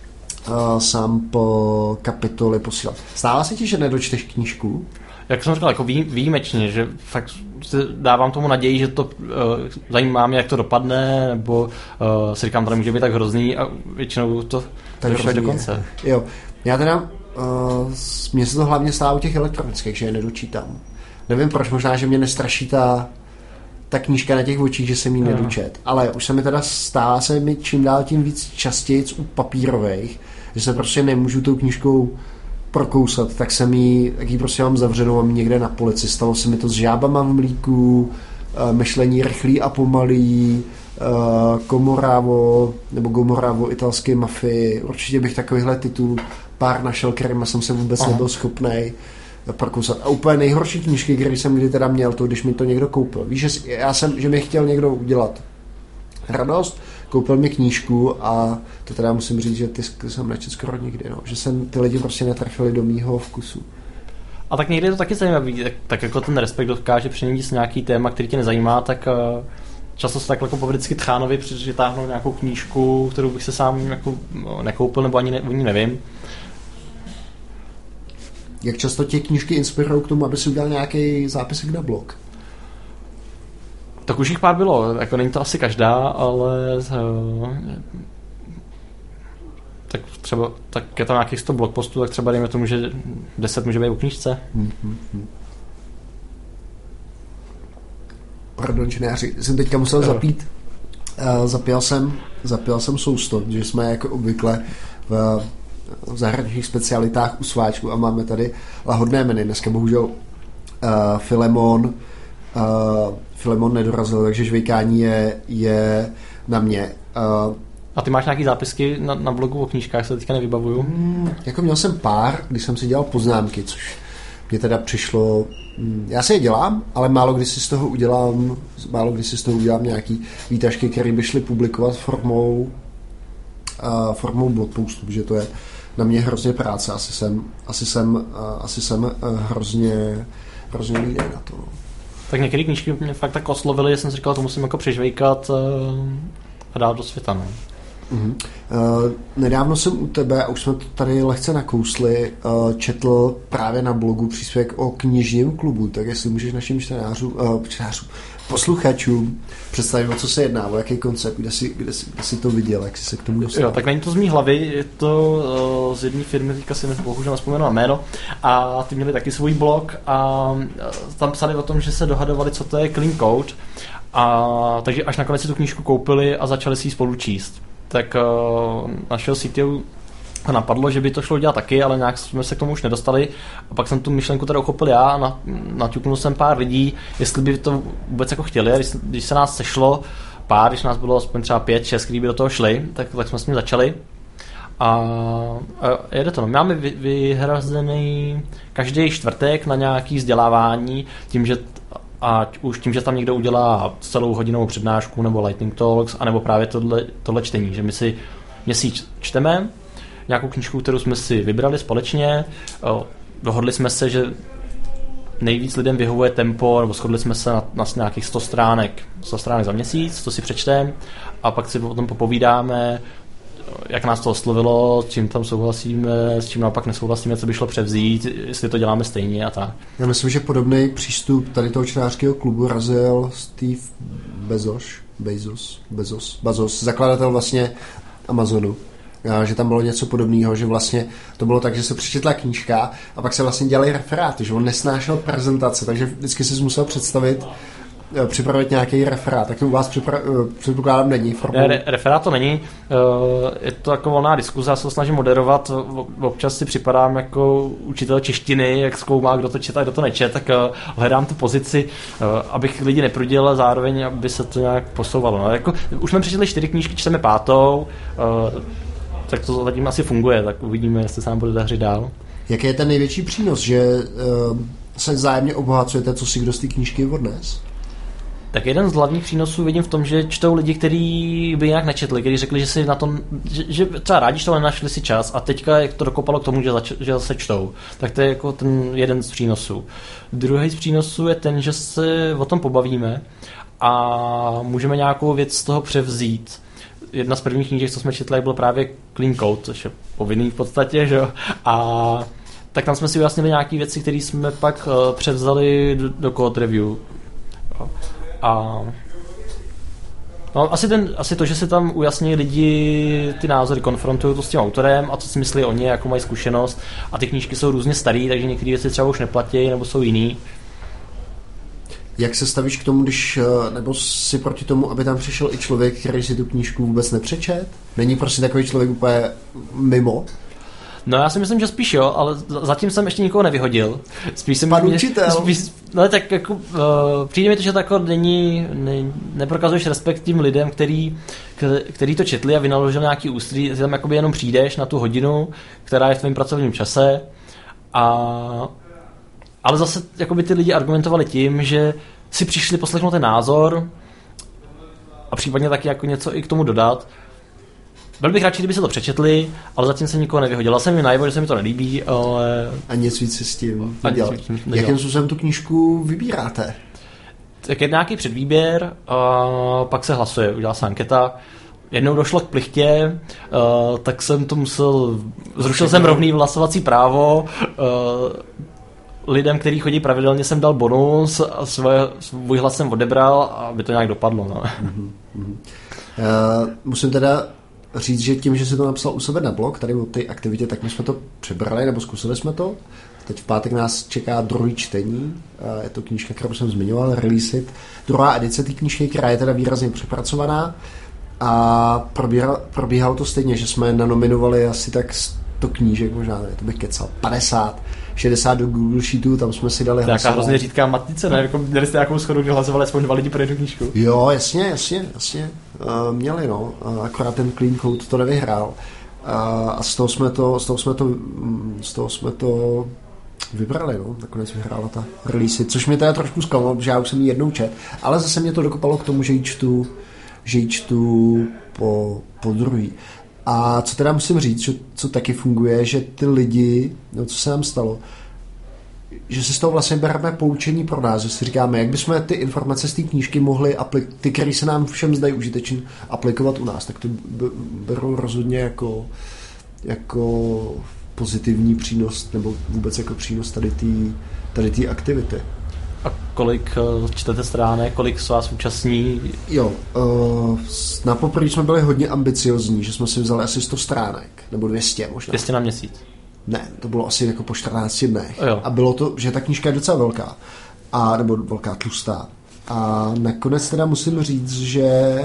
sample kapitoly posílat. Stává se ti, že nedočteš knížku? Jak jsem říkal, jako vý, výjimečně, že fakt dávám tomu naději, že to uh, zajímá mě, jak to dopadne, nebo uh, si říkám, to nemůže být tak hrozný a většinou to došlo do konce. Jo, já teda, uh, mně se to hlavně stává u těch elektronických, že je nedočítám. Nevím proč, možná, že mě nestraší ta, ta knížka na těch očích, že jsem jí nedočet. Ale už se mi teda stává se mi čím dál tím víc častěji u papírových, že se prostě nemůžu tou knížkou prokousat, tak jsem jí, tak jí prostě mám zavřenou, mám někde na polici. Stalo se mi to s Žábama v mlíku, myšlení rychlý a pomalý, Gomorravo, nebo Gomorravo, italské mafii. Určitě bych takovýhle titul pár našel, kterýma jsem se vůbec Aha. nebyl schopnej prokousat. A úplně nejhorší knížky, které jsem kdy teda měl, to, když mi to někdo koupil. Víš, že já jsem, že mi chtěl někdo udělat radost, koupil mi knížku a to teda musím říct, že ty jsem nečet skoro nikdy, no. Že jsem ty lidi prostě netrefili do mýho vkusu. A tak někdy je to taky zajímavý, tak, tak jako ten Respekt dokáže přenést nějaký téma, který tě nezajímá, tak uh, často se tak jako po vždycky Tchánovi přitáhnou nějakou knížku, kterou bych se sám jako nekoupil, nebo ani ne, ani nevím. Jak často tě knížky inspirují k tomu, aby si udělal nějaký zápisek na blog? Tak už jich pár bylo, jako není to asi každá, ale uh, tak třeba, tak je to nějakých sto blogpostů, tak třeba dejme tomu, že deset může být u knížce. Mm-hmm. Pardon, že ne, jsem teďka musel jo. zapít, uh, zapil jsem, zapil jsem sousto, že jsme jako obvykle v, v zahraničních specialitách u sváčku a máme tady lahodné menu. Dneska bohužel uh, Filemon uh, Filemon nedorazil, takže žvejkání je, je na mě. Uh, a ty máš nějaký zápisky na, na blogu o knížkách, se teďka nevybavuju? Hmm, jako měl jsem pár, když jsem si dělal poznámky, což mně teda přišlo, já si je dělám, ale málo kdy si z toho udělám, málo kdy si z toho udělám nějaký výtažky, které by šly publikovat formou uh, formou blogpostu, protože to je na mě hrozně práce, asi jsem, asi jsem, uh, asi jsem uh, hrozně, hrozně línej na to. Tak některé knížky mě fakt tak oslovily, že jsem si říkal, to musím jako přežvejkat uh, a dát do světa. No. Uh-huh. Uh, nedávno jsem u tebe, a už jsme to tady lehce nakousli, uh, četl právě na blogu příspěvek o knižním klubu, tak jestli můžeš našim čtenářům, uh, čtenářům posluchačům představit, o co se jedná, o jaký koncept, kde jsi, kde jsi, kde jsi to viděl, jak jsi se k tomu dostal. Jo, tak není to z mý hlavy, je to uh, z jedné firmy, teďka si bohužel nespomenu jméno, a ty měli taky svůj blog a uh, tam psali o tom, že se dohadovali, co to je clean code, a takže až nakonec si tu knížku koupili a začali si ji spolu číst. Tak uh, našeho C T O napadlo, že by to šlo dělat taky, ale nějak jsme se k tomu už nedostali. A pak jsem tu myšlenku teda uchopil já a na, naťuknul jsem pár lidí, jestli by to vůbec jako chtěli. A když, když se nás sešlo pár, když nás bylo aspoň třeba pět, šest, kteří by do toho šli, tak, tak jsme s tím začali. A, a jede to. No. Máme vy, vyhrazený každý čtvrtek na nějaký vzdělávání, tím, že a už tím, že tam někdo udělá celou hodinovou přednášku nebo lightning talks, anebo právě tohle, tohle čtení, že my si měsíc čteme nějakou knížku, kterou jsme si vybrali společně, dohodli jsme se, že nejvíc lidem vyhovuje tempo, nebo shodli jsme se na, na nějakých sto stránek, sto stránek za měsíc, to si přečteme a pak si o tom popovídáme, jak nás to oslovilo, s čím tam souhlasíme, s čím naopak nesouhlasíme, co by šlo převzít, jestli to děláme stejně a tak. Já myslím, že podobný přístup tady toho čtenářského klubu razil Steve Bezos, Bezos, Bezos, Bezos, zakladatel vlastně Amazonu. Já, že tam bylo něco podobného, že vlastně to bylo tak, že se přečetla knížka a pak se vlastně dělaly referáty, že on nesnášel prezentace, takže vždycky si musel představit, připravit nějaký referát. Tak u vás připra- předpokládám není formou. Ne, re- referát to není. Je to jako volná diskuze, já se snažím moderovat. Občas si připadám jako učitel češtiny, jak zkoumá, kdo to četá, kdo to nečet, tak hledám tu pozici, abych lidi neprodělal a zároveň, aby se to nějak posouvalo. No, jako, už jsme přečetli čtyři knížky, čteme pátou, tak to zatím asi funguje, tak uvidíme, jestli se nám bude dařit dál. Jaký je ten největší přínos, že se vzájemně obohacujete, co si kdo z té knížky odnes? Tak jeden z hlavních přínosů vidím v tom, že čtou lidi, kteří by jinak nečetli, kteří řekli, že si na tom, že, že třeba rádi čtou, ale nenašli si čas a teďka jak to dokopalo k tomu, že, zač, že se čtou. Tak to je jako ten jeden z přínosů. Druhý z přínosů je ten, že se o tom pobavíme a můžeme nějakou věc z toho převzít. Jedna z prvních knížek, co jsme četli, byl právě Clean Code, což je povinný v podstatě, že jo. A tak tam jsme si ujasnili nějaké věci, které jsme pak uh, převzali do, do code review. A no, asi, ten, asi to, že se tam ujasní lidi ty názory, konfrontují to s tím autorem a co si myslí oni, jakou mají zkušenost. A ty knížky jsou různě staré, takže některé věci třeba už neplatí nebo jsou jiný. Jak se stavíš k tomu, když, nebo si proti tomu, aby tam přišel i člověk, který si tu knížku vůbec nepřečet? Není prostě takový člověk úplně mimo? No já si myslím, že spíš jo, ale zatím jsem ještě nikoho nevyhodil. Spíš jsem Pan učitel. Spíš, no tak jako, uh, přijde mi to, že to jako není, ne, neprokazuješ respekt tím lidem, který, který to četli a vynaložil nějaký úsilí, ty tam jakoby jenom přijdeš na tu hodinu, která je v tvém pracovním čase a ale zase jakoby ty lidi argumentovali tím, že si přišli poslechnout ten názor a případně taky jako něco i k tomu dodat. Byl bych radši, kdyby se to přečetli, ale zatím jsem nikoho nevyhodil. Jsem mi najevo, že se mi to nelíbí, ale... A nic víc si s tím nedělat. Jakým způsobem tu knížku vybíráte? Tak je nějaký předvýběr, a pak se hlasuje, udělá se anketa. Jednou došlo k plichtě, uh, tak jsem to musel... Zrušil jsem rovný hlasovací právo. Uh, lidem, kteří chodí pravidelně, jsem dal bonus a svoje, svůj hlas jsem odebral, aby to nějak dopadlo. No. Uh-huh, uh-huh. Uh, musím teda říct, že tím, že jsi to napsal u sebe na blog, tady o té aktivitě, tak my jsme to přebrali, nebo zkusili jsme to. Teď v pátek nás čeká druhý čtení. Uh, je to knížka, kterou jsem zmiňoval, Release It. Druhá edice té knížky, která je teda výrazně přepracovaná. A probíhalo, probíhalo to stejně, že jsme nanominovali asi tak sto knížek, možná ne, to bych kecal, padesát, šedesát do Google Sheetu, tam jsme si dali hlasovat. Nějaká hrozně řídká matice, ne? Jako měli jste nějakou schodu, kdy hlasovali aspoň dva lidi pro jednu knížku? Jo, jasně, jasně, jasně. Uh, měli, no. Uh, akorát ten Clean Code to nevyhrál. Uh, a z toho jsme to, z toho jsme to, z toho jsme to Vybrali, no, nakonec vyhrála ta release, což mě teda trošku zklamalo, protože já už jsem ji jednou čet, ale zase mě to dokopalo k tomu, že ji čtu, že ji čtu po, po druhý. A co teda musím říct, že, co taky funguje, že ty lidi, no co se nám stalo, že si z toho vlastně bereme poučení pro nás, že si říkáme, jak bychom ty informace z té knížky mohli, aplik- ty, které se nám všem zdají užitečně, aplikovat u nás, tak to beru rozhodně jako, jako pozitivní přínos, nebo vůbec jako přínos tady té tady té aktivity. A kolik čtete stránek, kolik z vás účastní? Jo, uh, na poprvé jsme byli hodně ambiciozní, že jsme si vzali asi sto stránek, nebo dvě stě možná. dvě stě na měsíc? Ne, to bylo asi jako po čtrnácti dnech. Jo. A bylo to, že ta knížka je docela velká, a, nebo velká, tlustá. A nakonec teda musím říct, že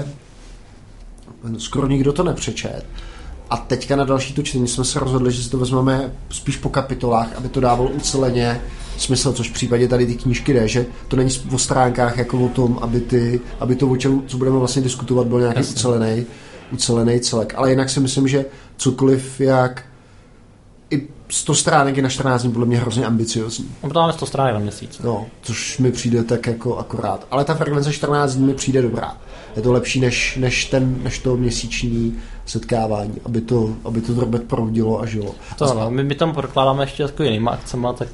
skoro nikdo to nepřečet. A teďka na další to čtení jsme se rozhodli, že si to vezmeme spíš po kapitolách, aby to dávalo uceleně smysl, což v případě tady ty knížky jde, že to není o stránkách jako o tom, aby, ty, aby to, o čem, co budeme vlastně diskutovat, byl nějaký ucelený, ucelený celek. Ale jinak si myslím, že cokoliv jak i sto stránek je na čtrnáct dní podle mě hrozně ambiciozní. No, máme sto stránek na měsíc. No, což mi přijde tak jako akorát. Ale ta frekvence čtrnáct dní mi přijde dobrá. Je to lepší než, než, ten, než to měsíční setkávání, aby to, aby to drobet proudilo a žilo. To no, my, my tam prokládáme ještě jako jinýma akcema, tak...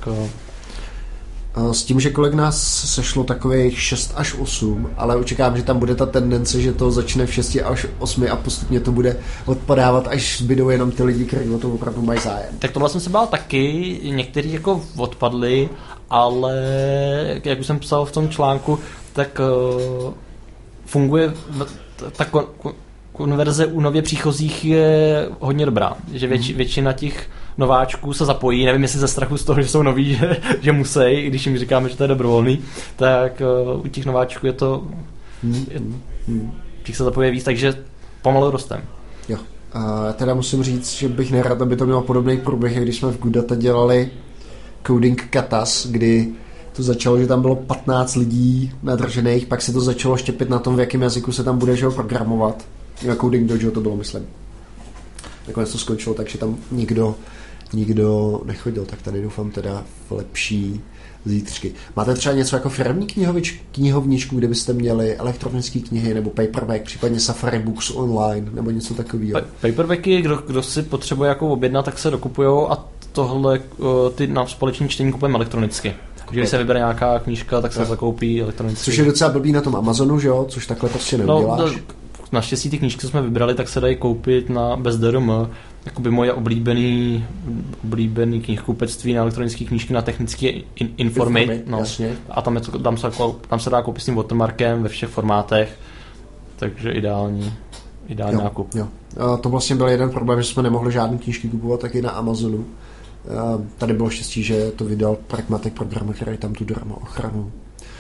S tím, že kolik nás sešlo takových šest až osm, ale očekávám, že tam bude ta tendence, že to začne v šesti až osmi a postupně to bude odpadávat, až zbydou jenom ty lidi, kteří o to opravdu mají zájem. Tak tohle jsem se bál taky, někteří jako odpadli, ale jak už jsem psal v tom článku, tak uh, funguje ta kon, konverze u nově příchozích je hodně dobrá, že věč, většina těch nováčků se zapojí, nevím jestli ze strachu z toho, že jsou noví, že, že musí, i když jim říkáme, že to je dobrovolný, tak uh, u těch nováčků je to je, těch se zapojí víc, takže pomalu rostem. Jo. A teda musím říct, že bych nerad, aby to mělo podobný průběh, jak když jsme v Goodata dělali coding katas, kdy to začalo, že tam bylo patnáct lidí nadržených, pak se to začalo štěpit na tom, v jakém jazyku se tam bude že programovat. Na Coding Dojo to bylo, myslím. Nakonec to skončilo, takže tam nikdo, nikdo nechodil, tak tady doufám teda v lepší zítřky. Máte třeba něco jako firemní knihovič, knihovničku, kde byste měli elektronické knihy nebo paperback, případně Safari Books online nebo něco takového? Paperbacky, kdo, kdo si potřebuje jako objednat, tak se dokupujou a tohle ty na společné čtení kupujeme elektronicky. Okay. Když se vybere nějaká knížka, tak se to koupí elektronicky. Což je docela blbý na tom Amazonu, že jo? Což takhle prostě neuděláš. No, naštěstí ty knížky, co jsme vybrali, tak se dají koupit na bez D R M. Jakoby moje oblíbený, oblíbený knihkupectví na elektronické knížky na technické in, informy. Informy, no. Jasně. A tam, je to, tam, se, tam se dá koupit s tím watermarkem ve všech formátech. Takže ideální, ideální jo, nákup. Jo. A to vlastně byl jeden problém, že jsme nemohli žádné knížky kupovat taky na Amazonu. A tady bylo štěstí, že to vydal Pragmatic program, který tam tu D R M ochranu,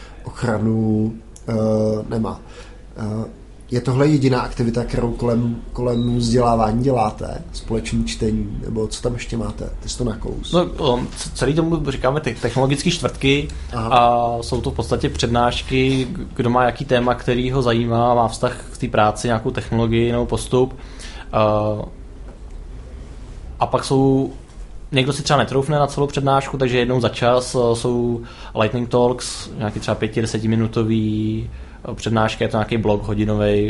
ochranu uh, nemá. Uh, Je tohle jediná aktivita, kterou kolem, kolem vzdělávání děláte? Společné čtení? Nebo co tam ještě máte? Ty jsi to nakous. No, celý tomu říkáme technologické čtvrtky. Aha. A jsou to v podstatě přednášky, kdo má jaký téma, který ho zajímá, má vztah k té práci, nějakou technologii nebo postup. A pak jsou... Někdo si třeba netroufne na celou přednášku, takže jednou za čas jsou Lightning Talks, nějaký třeba pěti, desetiminutový přednášky, je to nějaký blog hodinový.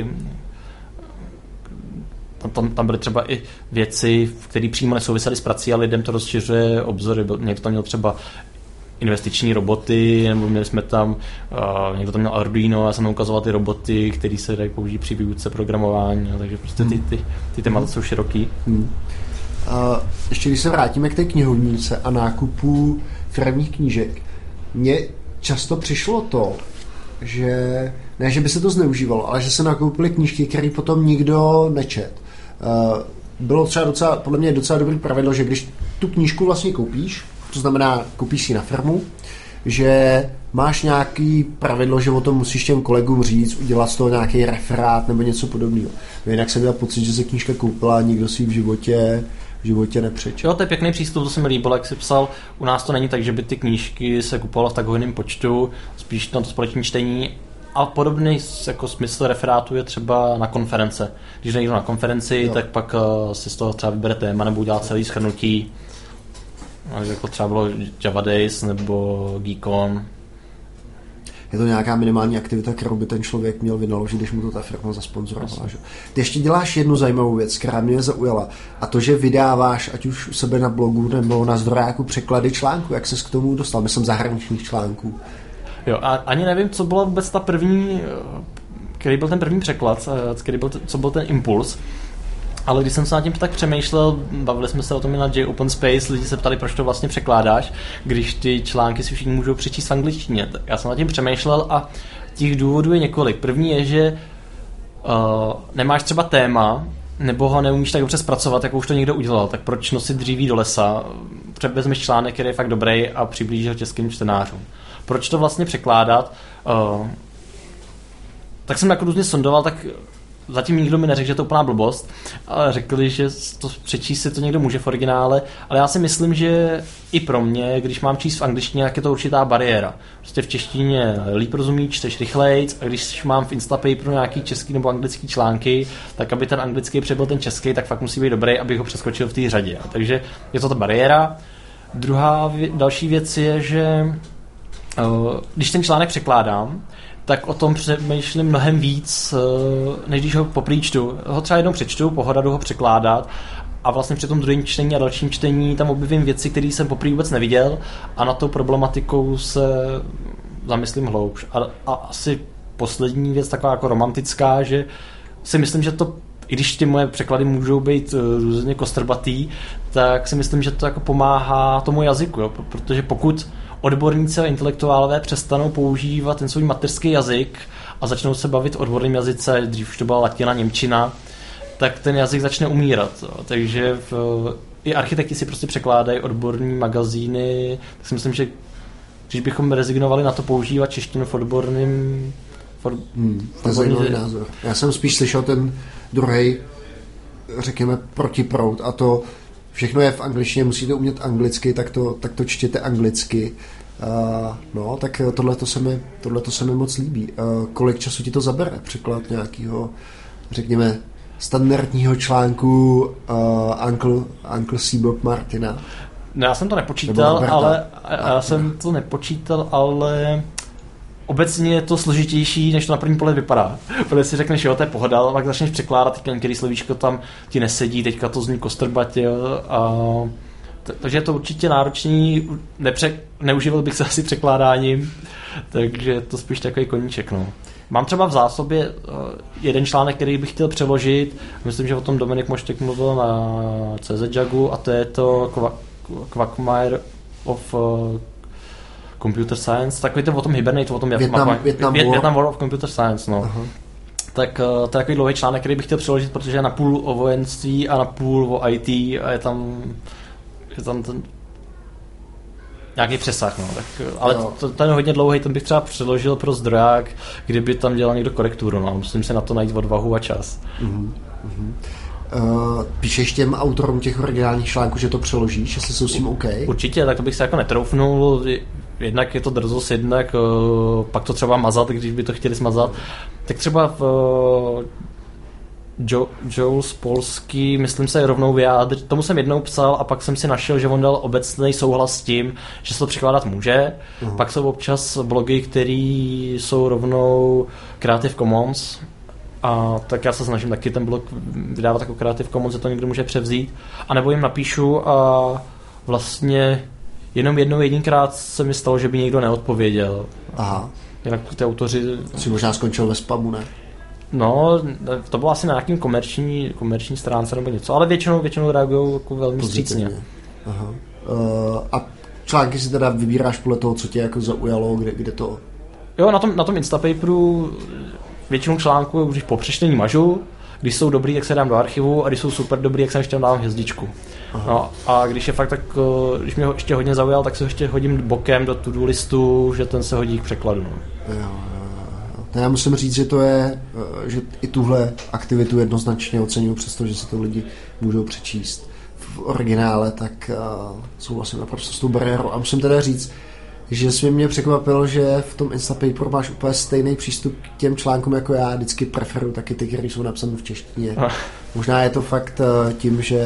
Tam, tam, tam byly třeba i věci, které přímo nesouvisely s prací a lidem to rozšiřuje obzory. Někdo tam měl třeba investiční roboty, nebo měli jsme tam, uh, někdo tam měl Arduino a já jsem ukazoval ty roboty, které se dají použít při výuce programování, takže prostě ty, ty, ty témata hmm. jsou široký. Hmm. Uh, ještě když se vrátíme k té knihovnice a nákupu firemních knížek, mně často přišlo to, že ne, že by se to zneužívalo, ale že se nakoupily knížky, které potom nikdo nečet. Uh, bylo třeba docela, podle mě docela dobrý pravidlo, že když tu knížku vlastně koupíš, to znamená, koupíš si na firmu, že máš nějaký pravidlo, že o tom musíš těm kolegům říct, udělat z toho nějaký referát nebo něco podobného. Jinak jsem měl pocit, že se knížka koupila a nikdo si ji v životě v životě nepřečel. Jo, to je pěkný přístup, to se mi líbilo, jak jsi psal. U nás to není tak, že by ty knížky se kupovaly v tak hojném počtu, spíš na to společné čtení. A podobný jako smysl referátu je třeba na konference. Když nejde na konferenci, jo. tak pak uh, si z toho třeba vybere téma nebo udělá celý shrnutí. Jako třeba bylo Java Days nebo Geekon. Je to nějaká minimální aktivita, kterou by ten člověk měl vynaložit, když mu to ta firma zasponzorovala. Že? Ty ještě děláš jednu zajímavou věc, která mě zaujala. A to, že vydáváš, ať už u sebe na blogu nebo na zdrojáku, překlady článků. Jak ses k tomu dostal? Myslím zahraničních článků. Jo, a ani nevím, co byla vůbec ta první, který byl ten první překlad, který byl, co byl ten impuls. Ale když jsem se nad tím tak přemýšlel, bavili jsme se o tom i na J Open Space, lidi se ptali, proč to vlastně překládáš, když ty články si všichni můžou přečíst v angličtině. Tak já jsem nad tím přemýšlel a těch důvodů je několik. První je, že uh, nemáš třeba téma, nebo ho neumíš tak dobře zpracovat, jako už to někdo udělal, tak proč nosit dříví do lesa? Vezmeš článek, který je fakt dobrý a přiblížíš ho českým čtenářům. Proč to vlastně překládat? Uh, tak jsem jako různě sondoval, tak zatím nikdo mi neřekl, že to je úplná blbost, ale řekli, že to přečíst si to někdo může v originále, ale já si myslím, že i pro mě, když mám číst v angličtině, tak je to určitá bariéra. Prostě v češtině líp rozumí, čteš rychlejc, a když mám v Instapaperu nějaký český nebo anglický články, tak aby ten anglický přebyl ten český, tak fakt musí být dobrý, abych ho přeskočil v té řadě. Takže je to ta bariéra. Druhá vě- další věc je, že uh, když ten článek překládám, tak o tom přemýšlím mnohem víc, než když ho poprvé čtu. Ho třeba jednou přečtu, pohoda jdu ho překládat a vlastně při tom druhém čtení a dalším čtení tam objevím věci, které jsem poprvé vůbec neviděl a na tou problematikou se zamyslím hloubš. A, a asi poslední věc taková jako romantická, že si myslím, že to, i když ty moje překlady můžou být různě kostrbatý, tak si myslím, že to jako pomáhá tomu jazyku, jo? Protože pokud odborníci a intelektuálové přestanou používat ten svůj mateřský jazyk a začnou se bavit o odborném jazyce, dřív už to byla latina, němčina, tak ten jazyk začne umírat. Jo. Takže v, i architekti si prostě překládají odborní magazíny, tak si myslím, že když bychom rezignovali na to používat češtinu v odborném... For, hmm, to je zajímavý názor. Já jsem spíš slyšel ten druhej, řekněme, protiproud a to všechno je v angličtině, musíte umět anglicky, tak to, tak to čtěte anglicky. Uh, no, tak tohleto se mi, tohleto se mi moc líbí. Uh, kolik času ti to zabere? Překlad nějakého, řekněme, standardního článku uh, Uncle, Uncle C. Bob Martina? No, já jsem to nepočítal, ale já jsem to nepočítal, ale obecně je to složitější, než to na první pohled vypadá. Protože si řekneš, jo, to je pohoda, ale pak začneš překládat, teďka některý slovíčko tam ti nesedí, teďka to zní kostrbatě, a t- takže je to určitě náročný, nepře- neuživil bych se asi překládáním, takže je to spíš takový koníček, no. Mám třeba v zásobě jeden článek, který bych chtěl přeložit, myslím, že o tom Dominik Moštek mluvil na C Z Jagu, a to je to Quagmire of Computer Science, takový to o tom Hibernate, o tom Vietnam, Vietnam, Vietnam, War. Vietnam War of Computer Science, no. Aha. Tak to je takový dlouhý článek, který bych chtěl přeložit, protože je na půl o vojenství a na půl o I T a je tam, je tam ten nějaký přesah, no. Tak, ale to, ten hodně dlouhý, ten bych třeba přeložil pro zdroják, kdyby tam dělal někdo korekturu, no. Musím se na to najít odvahu a čas. Uh-huh. Uh-huh. Uh, píšeš těm autorům těch originálních článků, že to přeložíš, jestli jsou s tím OK? Určitě, tak to bych se jako netroufnul. Jednak je to drzost, jednak uh, pak to třeba mazat, když by to chtěli smazat. Tak třeba v uh, jo, Joel z Polsky, myslím se, rovnou vyjádřit. Tomu jsem jednou psal a pak jsem si našel, že on dal obecný souhlas s tím, že se to překládat může. Uh-huh. Pak jsou občas blogy, které jsou rovnou Creative Commons, a tak já se snažím taky ten blog vydávat jako Creative Commons, že to někdo může převzít. A nebo jim napíšu a vlastně jenom jednou jedinkrát se mi stalo, že by někdo neodpověděl. Aha. Jinak ty autoři... Jsi možná skončil ve spamu, ne? No, to bylo asi na nějakým komerční, komerční stránce nebo něco, ale většinou, většinou reagují jako velmi vstřícně. Aha. Uh, a články si teda vybíráš podle toho, co tě jako zaujalo, kde, kde to... Jo, na tom, na tom Instapaperu většinou článků už po přečtení mažu, když jsou dobrý, tak se dám do archivu, a když jsou super dobrý, tak se ještě dám hvězdičku. No, a když je fakt tak, když mě ho ještě hodně zaujal, tak se ho ještě hodím bokem do to-do listu, že ten se hodí k překladu. No. Jo, jo. Já musím říct, že to je, že i tuhle aktivitu jednoznačně oceňuji, přestože si to lidi můžou přečíst v originále, tak uh, souhlasím naprosto s tou bariérou. A musím teda říct, že jsi mě překvapilo, že v tom Instapaperu máš úplně stejný přístup k těm článkům jako já. Vždycky preferuji taky ty, které jsou napsané v češtině. Ah. Možná je to fakt tím, že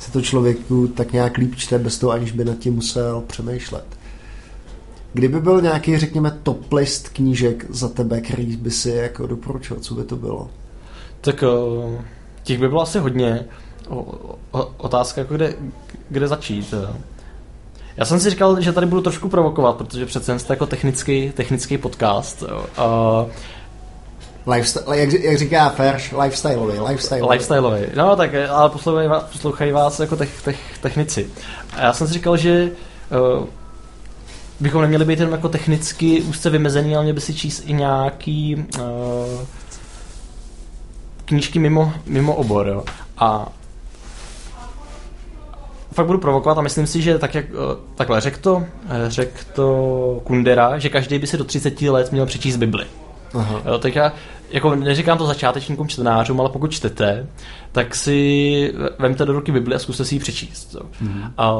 se to člověku tak nějak líp čte bez toho, aniž by nad tím musel přemýšlet. Kdyby byl nějaký, řekněme, top list knížek za tebe, který by si jako doporučil, co by to bylo? Tak těch by bylo asi hodně. O, o, otázka, jako kde, kde začít. Já jsem si říkal, že tady budu trošku provokovat, protože přece jen jste jako technický, technický podcast. Uh, Lifestyle, jak, jak říká Ferš, lifestyleový, lifestyleový. Lifestyleový, no tak, ale poslouchají vás, poslouchají vás jako tech, tech, technici. A já jsem si říkal, že uh, bychom neměli být jenom jako technicky úzce vymezený, ale měli by si číst i nějaký uh, knížky mimo, mimo obor. Jo. A fakt budu provokovat a myslím si, že tak jak, takhle řekl to, řek to Kundera, že každý by si do třiceti let měl přečíst Bibli. Aha. Jo, tak já jako neříkám to začátečníkům čtenářům, ale pokud čtete, tak si vemte do ruky Bibli a zkuste si ji přečíst. Mhm. A,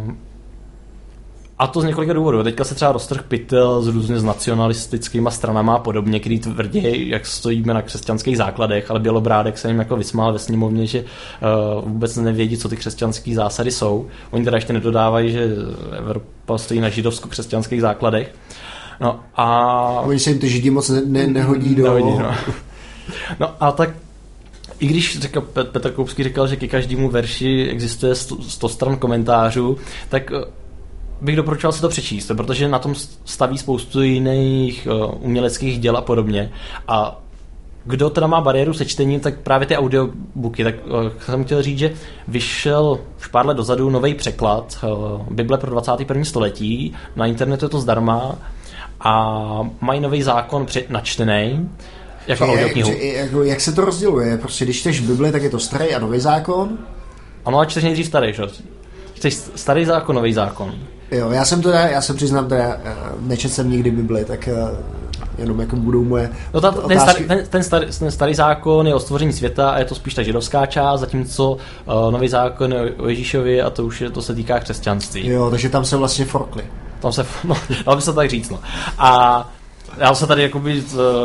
a to z několika důvodů. Teďka se třeba roztrh pytel s různě s nacionalistickýma stranama a podobně, který tvrdí, jak stojíme na křesťanských základech, ale Bělobrádek se jim jako vysmál ve sněmovně, že uh, vůbec nevědí, co ty křesťanské zásady jsou. Oni teda ještě nedodávají, že Evropa stojí na židovsko-křesťanských základech. No a... Oni se jim ty židi moc ne- ne- nehodí do... Nehodí, no. No a tak i když říkal, Petr Koupský říkal, že ke každému verši existuje sto stran komentářů, tak bych doporučoval si to přečíst, protože na tom staví spoustu jiných uh, uměleckých děl a podobně. A kdo teda má bariéru se čtením, tak právě ty audiobooky. Tak uh, jsem chtěl říct, že vyšel už pár let dozadu nový překlad uh, Bible pro dvacáté první století. Na internetu je to zdarma a mají nový zákon načtený jako audioknihu. Jak, jak se to rozděluje? Prostě když čteš Bibli, tak je to starý a nový zákon? Ano, a čteš nejdřív starý, že? Čteš starý zákon, nový zákon. Jo, já jsem teda, já se přiznám, teda nečetl jsem nikdy Bibli, tak jenom jako budou moje no ta, ten, starý, ten, ten, starý, ten starý zákon je o stvoření světa a je to spíš ta židovská část, zatímco uh, nový zákon je o Ježíšovi a to už je, to se týká křesťanství. Jo, takže tam se vlastně forkli. Tam se, no, dalo by se tak říct, no. A já se tady jakoby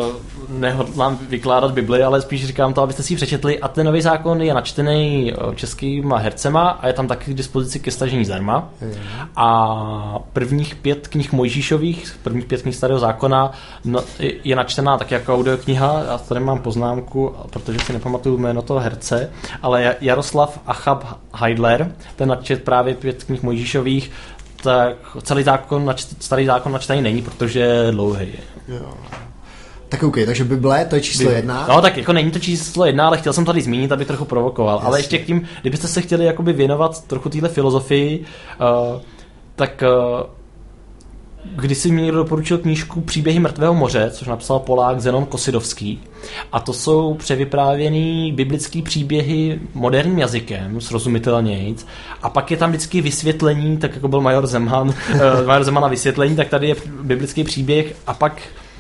nehodlám vykládat Bibli, ale spíš říkám to, abyste si ji přečetli. A ten nový zákon je načtený českýma hercema a je tam taky k dispozici ke stažení zdarma. Mm. A prvních pět knih Mojžíšových, prvních pět knih starého zákona je načtená taky jako audiokniha. Já tady mám poznámku, protože si nepamatuju jméno toho herce, ale Jaroslav Achab Heidler, ten načet právě pět knih Mojžíšových, tak celý zákon, starý zákon načtený není, protože je dlouhý. Jo. Tak OK, takže Bible, to je číslo Bible. jedna. No tak jako není to číslo jedna, ale chtěl jsem tady zmínit, abych trochu provokoval. Jasně. Ale ještě k tím, kdybyste se chtěli jakoby věnovat trochu téhle filozofii, uh, tak uh, když si mi někdo doporučil knížku Příběhy mrtvého moře, což napsal Polák Zenon Kosidovský. A to jsou převyprávěný biblický příběhy moderním jazykem, srozumitelnějc. A pak je tam vždycky vysvětlení, tak jako byl Major Zeman, Major Zeman na vysvětlení, tak tady je biblický příběh a pak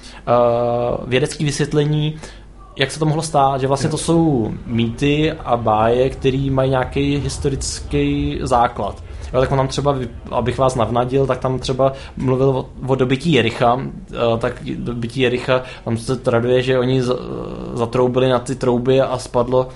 uh, vědecký vysvětlení, jak se to mohlo stát, že vlastně to jsou mýty a báje, které mají nějaký historický základ. Jo, tak on tam třeba, abych vás navnadil, tak tam třeba mluvil o, o dobytí Jericha, tak dobytí Jericha, tam se traduje, že oni zatroubili na ty trouby a spadlo,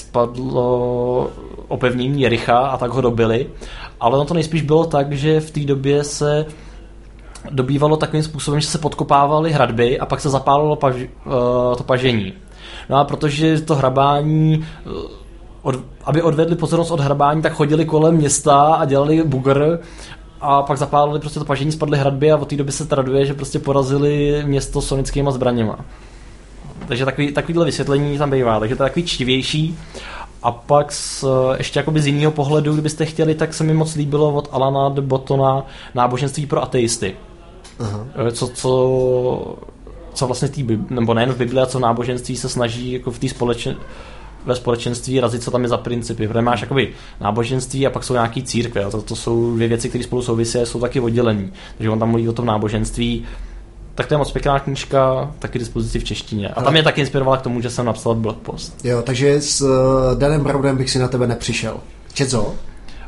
spadlo opevnění Jericha a tak ho dobili. Ale no to nejspíš bylo tak, že v té době se dobývalo takovým způsobem, že se podkopávaly hradby a pak se zapálilo paž, to pažení. No a protože to hrabání... Od, aby odvedli pozornost od hrabání, tak chodili kolem města a dělali bugr a pak zapálili prostě to pažení, spadly hradby a od té doby se traduje, že prostě porazili město sonickýma zbraněma. Takže takový, takovýhle vysvětlení tam bývá, takže to je takový čtivější. A pak z, ještě jakoby z jiného pohledu, kdybyste chtěli, tak se mi moc líbilo od Alana de Bottona Náboženství pro ateisty. Aha. Co, co, co vlastně tý, nebo nejen v Bibli, a co v náboženství se snaží jako v té společnosti ve společenství razit, co tam je za principy. Protože máš jakoby náboženství a pak jsou nějaký církve. To, to jsou dvě věci, které spolu souvisí a jsou taky oddělení. Takže on tam mluví o tom náboženství. Tak to je moc pěkná knížka, taky dispozici v češtině. A tam mě taky inspirovala k tomu, že jsem napsal blogpost. Jo, takže s uh, Danem Brownem bych si na tebe nepřišel. Čet co?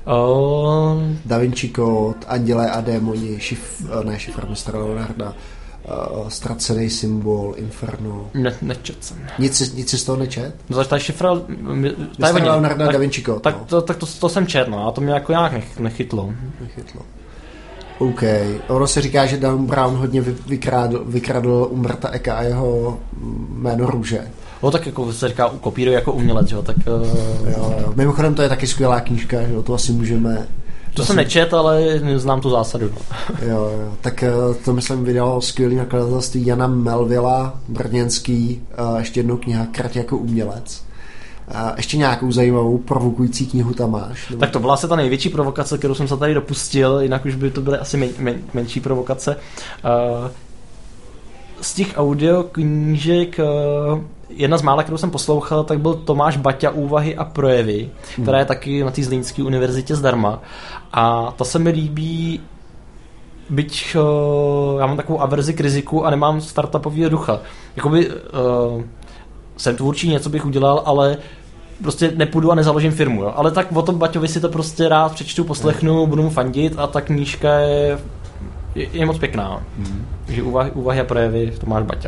Uh... Da Vinci Code, Andělé a démoni, šif, ne, Šifra mistra Leonarda. uh, Ztracený symbol, Inferno. Ne, nečet jsem. Nic, nic si z toho nečet? No, ta šifra... Ta je Leonarda da Vinci Code. Tak, to, tak to, to jsem čet, no, a to mě jako nějak nech, nechytlo. Nechytlo. OK. Ono se říká, že Dan Brown hodně vykradl, vykradl Umberta Eka a jeho Jméno růže. No tak jako se říká, kopíruje jako umělec, jo, tak... Uh... Jo, jo. Mimochodem to je taky skvělá knížka, že jo, to asi můžeme... To, to jsem nečet, ale znám tu zásadu. Jo, jo. Tak to myslím vydalo skvělý nakladatelství Jana Melvilla, brněnský, ještě jednou kniha Krať jako umělec. A ještě nějakou zajímavou provokující knihu tam máš? Nebo... Tak to byla asi ta největší provokace, kterou jsem se tady dopustil, jinak už by to byly asi men, men, menší provokace. Uh, z těch audioknížek uh, jedna z mála, kterou jsem poslouchal, tak byl Tomáš Baťa Úvahy a projevy, hmm. která je taky na té Zlínské univerzitě zdarma. A ta se mi líbí, byť uh, já mám takovou averzi k riziku a nemám startupovýho ducha. Jakoby uh, jsem tvůrčí, něco bych udělal, ale prostě nepůjdu a nezaložím firmu. Jo? Ale tak o tom Baťovi si to prostě rád přečtu, poslechnu, budu mu fandit a ta knížka je, je, je moc pěkná. Hmm. Takže úvahy, úvahy a projevy Tomáš Baťa.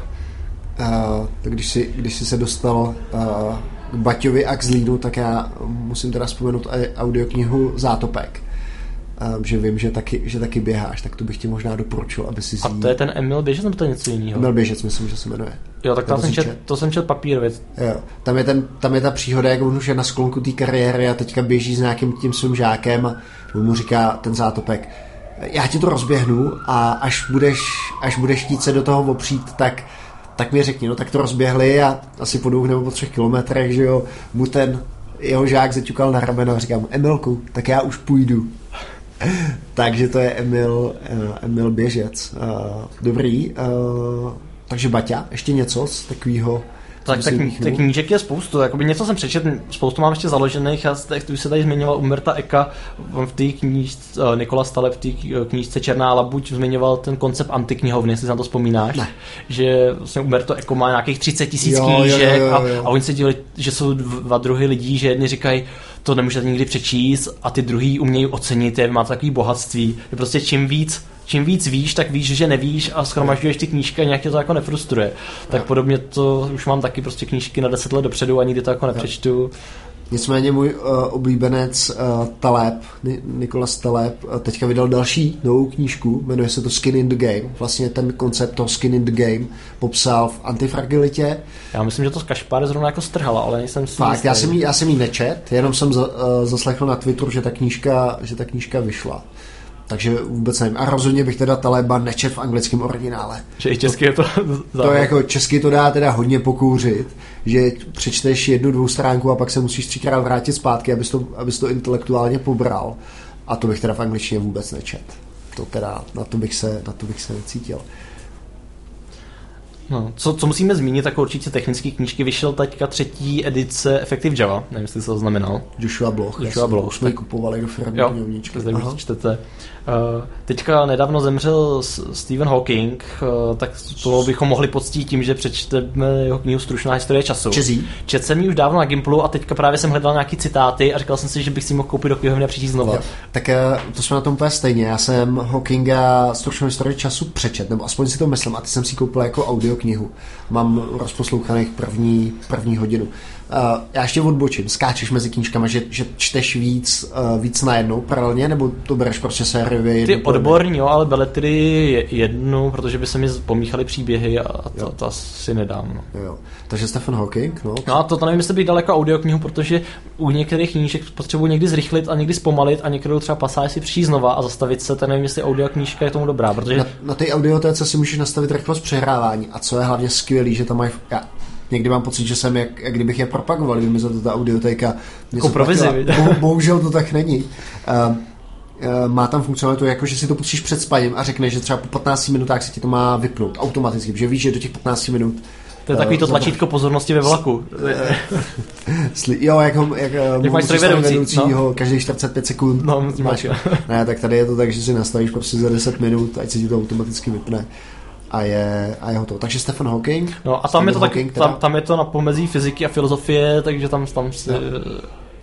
Uh, tak když si, když si se dostal uh, k Baťovi a k Zlínu, tak já musím teda vzpomenout audioknihu Zátopek. Uh, že vím, že taky, že taky běháš, tak to bych ti možná doporučil, aby si... A to je ten Emil Běžec, nebo to je něco jiného? Emil Běžec, myslím, že se jmenuje. Jo, tak to jsem, čet, to jsem čet papírově. Jo, tam je, ten, tam je ta příhoda, jak on už je na sklonku té kariéry a teďka běží s nějakým tím svým žákem a on mu říká ten Zátopek, já ti to rozběhnu a až budeš, až budeš chtít se do toho opřít, tak tak mi řekni, no tak to rozběhli a asi po dvou nebo po třech kilometrech, že jo, mu ten jeho žák zaťukal na rameno a říká mu, Emilku, tak já už půjdu. Takže to je Emil, Emil Běžec. Dobrý, takže Baťa, ještě něco z takového. Tak tak těch knížek je spoustu, jakoby něco jsem přečet, spoustu mám ještě založených, já už se tady zmiňoval Umberta Eka, v té knížce, Nikola Stale v té knížce Černá labuť zmiňoval ten koncept antiknihovny, jestli si na to vzpomínáš, ne. Že vlastně Umberto Eco má nějakých třicet tisíc knížek jo, jo, jo, jo. A, a oni se dělali, že jsou dva druhy lidí, že jedni říkají, to nemůžete nikdy přečíst a ty druhý umějí ocenit, je, má takový bohatství, je prostě čím víc Čím víc víš, tak víš, že nevíš a shromažďuješ ty knížky a nějak tě to jako nefrustruje. Tak no. Podobně to už mám taky prostě knížky na deset let dopředu a nikdy to jako nepřečtu. Nicméně můj uh, oblíbenec uh, Taleb, Nikolas Taleb, uh, teďka vydal další novou knížku, jmenuje se to Skin in the Game. Vlastně ten koncept toho Skin in the Game popsal v Antifragilitě. Já myslím, že to z Kašpár zrovna jako strhala, ale nejsem si Fakt, já jsem, jí, já jsem jí nečet, jenom jsem za, uh, zaslechl na Twitteru, že ta knížka, že ta knížka vyšla. Takže vůbec nevím. A rozhodně bych teda Taleba nečet v anglickém originále. Že i česky je to To je jako česky to dá teda hodně pokouřit, že přečteš jednu, dvou stránku a pak se musíš třikrát vrátit zpátky, abys to, abys to intelektuálně pobral. A to bych teda v angličtině vůbec nečet. To teda, na to bych se, na to bych se necítil. No, co, co musíme zmínit, tak určitě technické knížky. Vyšel teďka třetí edice Effective Java, nevím, jestli to znamenal. Joshua Bloch. Joshua Bloch. Už jsme ji kupovali do firmy knihovničky. Jo, zde už čtete. Uh, teďka nedávno zemřel Stephen Hawking, uh, tak to bychom mohli poctít tím, že přečteme jeho knihu Stručná historie času. Čezí. Četl jsem ji už dávno na Gimplu a teďka právě jsem hledal nějaký citáty a říkal jsem si, že bych si mohl koupit do knihovny a přečíst znova. Jo. Tak to jsme na tom úplně stejně. Já jsem Hawkinga Stručnou historii času přečet, nebo aspoň si to myslím, a ty jsem si koupil jako audioknihu. Mám rozposlouchaných první, první hodinu. Uh, já ještě odbočím. Skáčeš mezi knížkama, že, že čteš víc, uh, víc najednou paralelně, nebo to bereš prostě sériově? Ty odborní, jo, ale beletry jednu, protože by se mi pomíchaly příběhy a to, to asi nedám. No. Jo. Takže Stephen Hawking, no. No a to, to nevím, jestli bych dal jako audioknihu, protože u některých knížek potřebuji někdy zrychlit a někdy zpomalit a některou třeba pasáž si přijít znova a zastavit se, tak nevím, jestli audioknížka je tomu dobrá, protože... Na, na té audiotéce si můžeš nastavit rychlost přehrávání a co je hlavně skvělý, že tam mají... Já někdy mám pocit, že jsem, jak, jak kdybych je propagoval, kdyby mi za to ta audiotéka jako provizi. Bo, bohužel to tak není. Uh, uh, má tam funkcionalitu, jako že si to pustíš před spaním a řekne, že třeba po patnácti minutách se ti to má vypnout automaticky, protože víš, že do těch patnácti minut. To je takový to tlačítko pozornosti ve vlaku. Jo, jak ho jak, jak máš strojvedoucího, no? Každý čtyřicet pět sekund. No, máš. Ne, tak tady je to tak, že si nastavíš prostě za deset minut, ať se ti to automaticky vypne. A je, a je hotovo. Takže Stephen Hawking. No a tam je to, taky, tam, tam je to na pomezí fyziky a filozofie, takže tam, tam si...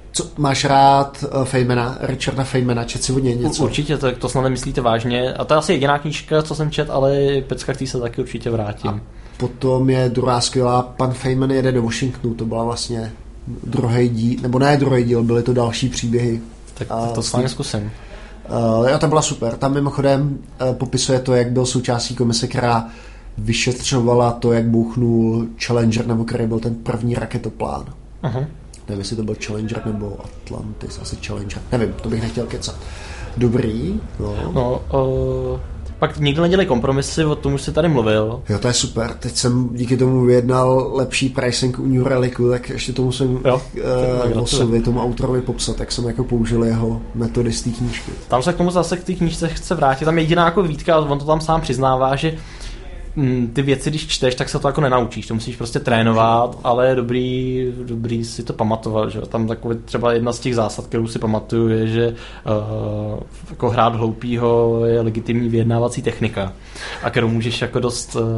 Co, máš rád uh, Feynmana, Richarda Feynmana, čet si od něj něco? Určitě, to, to snad nemyslíte vážně. A to je asi jediná knížka, co jsem čet, ale pecka, který se taky určitě vrátím. A potom je druhá skvělá, pan Feynman jede do Washingtonu, to byla vlastně druhý díl, nebo ne druhý díl, byly to další příběhy. Tak to, to s vámi zkusím. Uh, jo, to byla super. Tam mimochodem uh, popisuje to, jak byl součástí komise, která vyšetřovala to, jak bouchnul Challenger, nebo který byl ten první raketoplán. Uh-huh. Nevím, jestli to byl Challenger nebo Atlantis, asi Challenger. Nevím, to bych nechtěl kecat. Dobrý. No, no uh, pak nikdo nedělej kompromisy, o tom už jsi tady mluvil. Jo, to je super. Teď jsem díky tomu vyjednal lepší pricing u New Relicku, tak ještě to musím uh, oslovit, tomu autorovi popsat, jak jsem jako použil jeho metody z té knížky. Tam se k tomu zase k té knížce chce vrátit. Tam je jediná jako výtka, a on to tam sám přiznává, že ty věci, když čteš, tak se to jako nenaučíš, to musíš prostě trénovat, ale je dobrý, dobrý si to pamatovat, že tam takový třeba jedna z těch zásad, kterou si pamatuju, je, že uh, jako hrát hloupýho je legitimní vyjednávací technika, a kterou můžeš jako dost uh,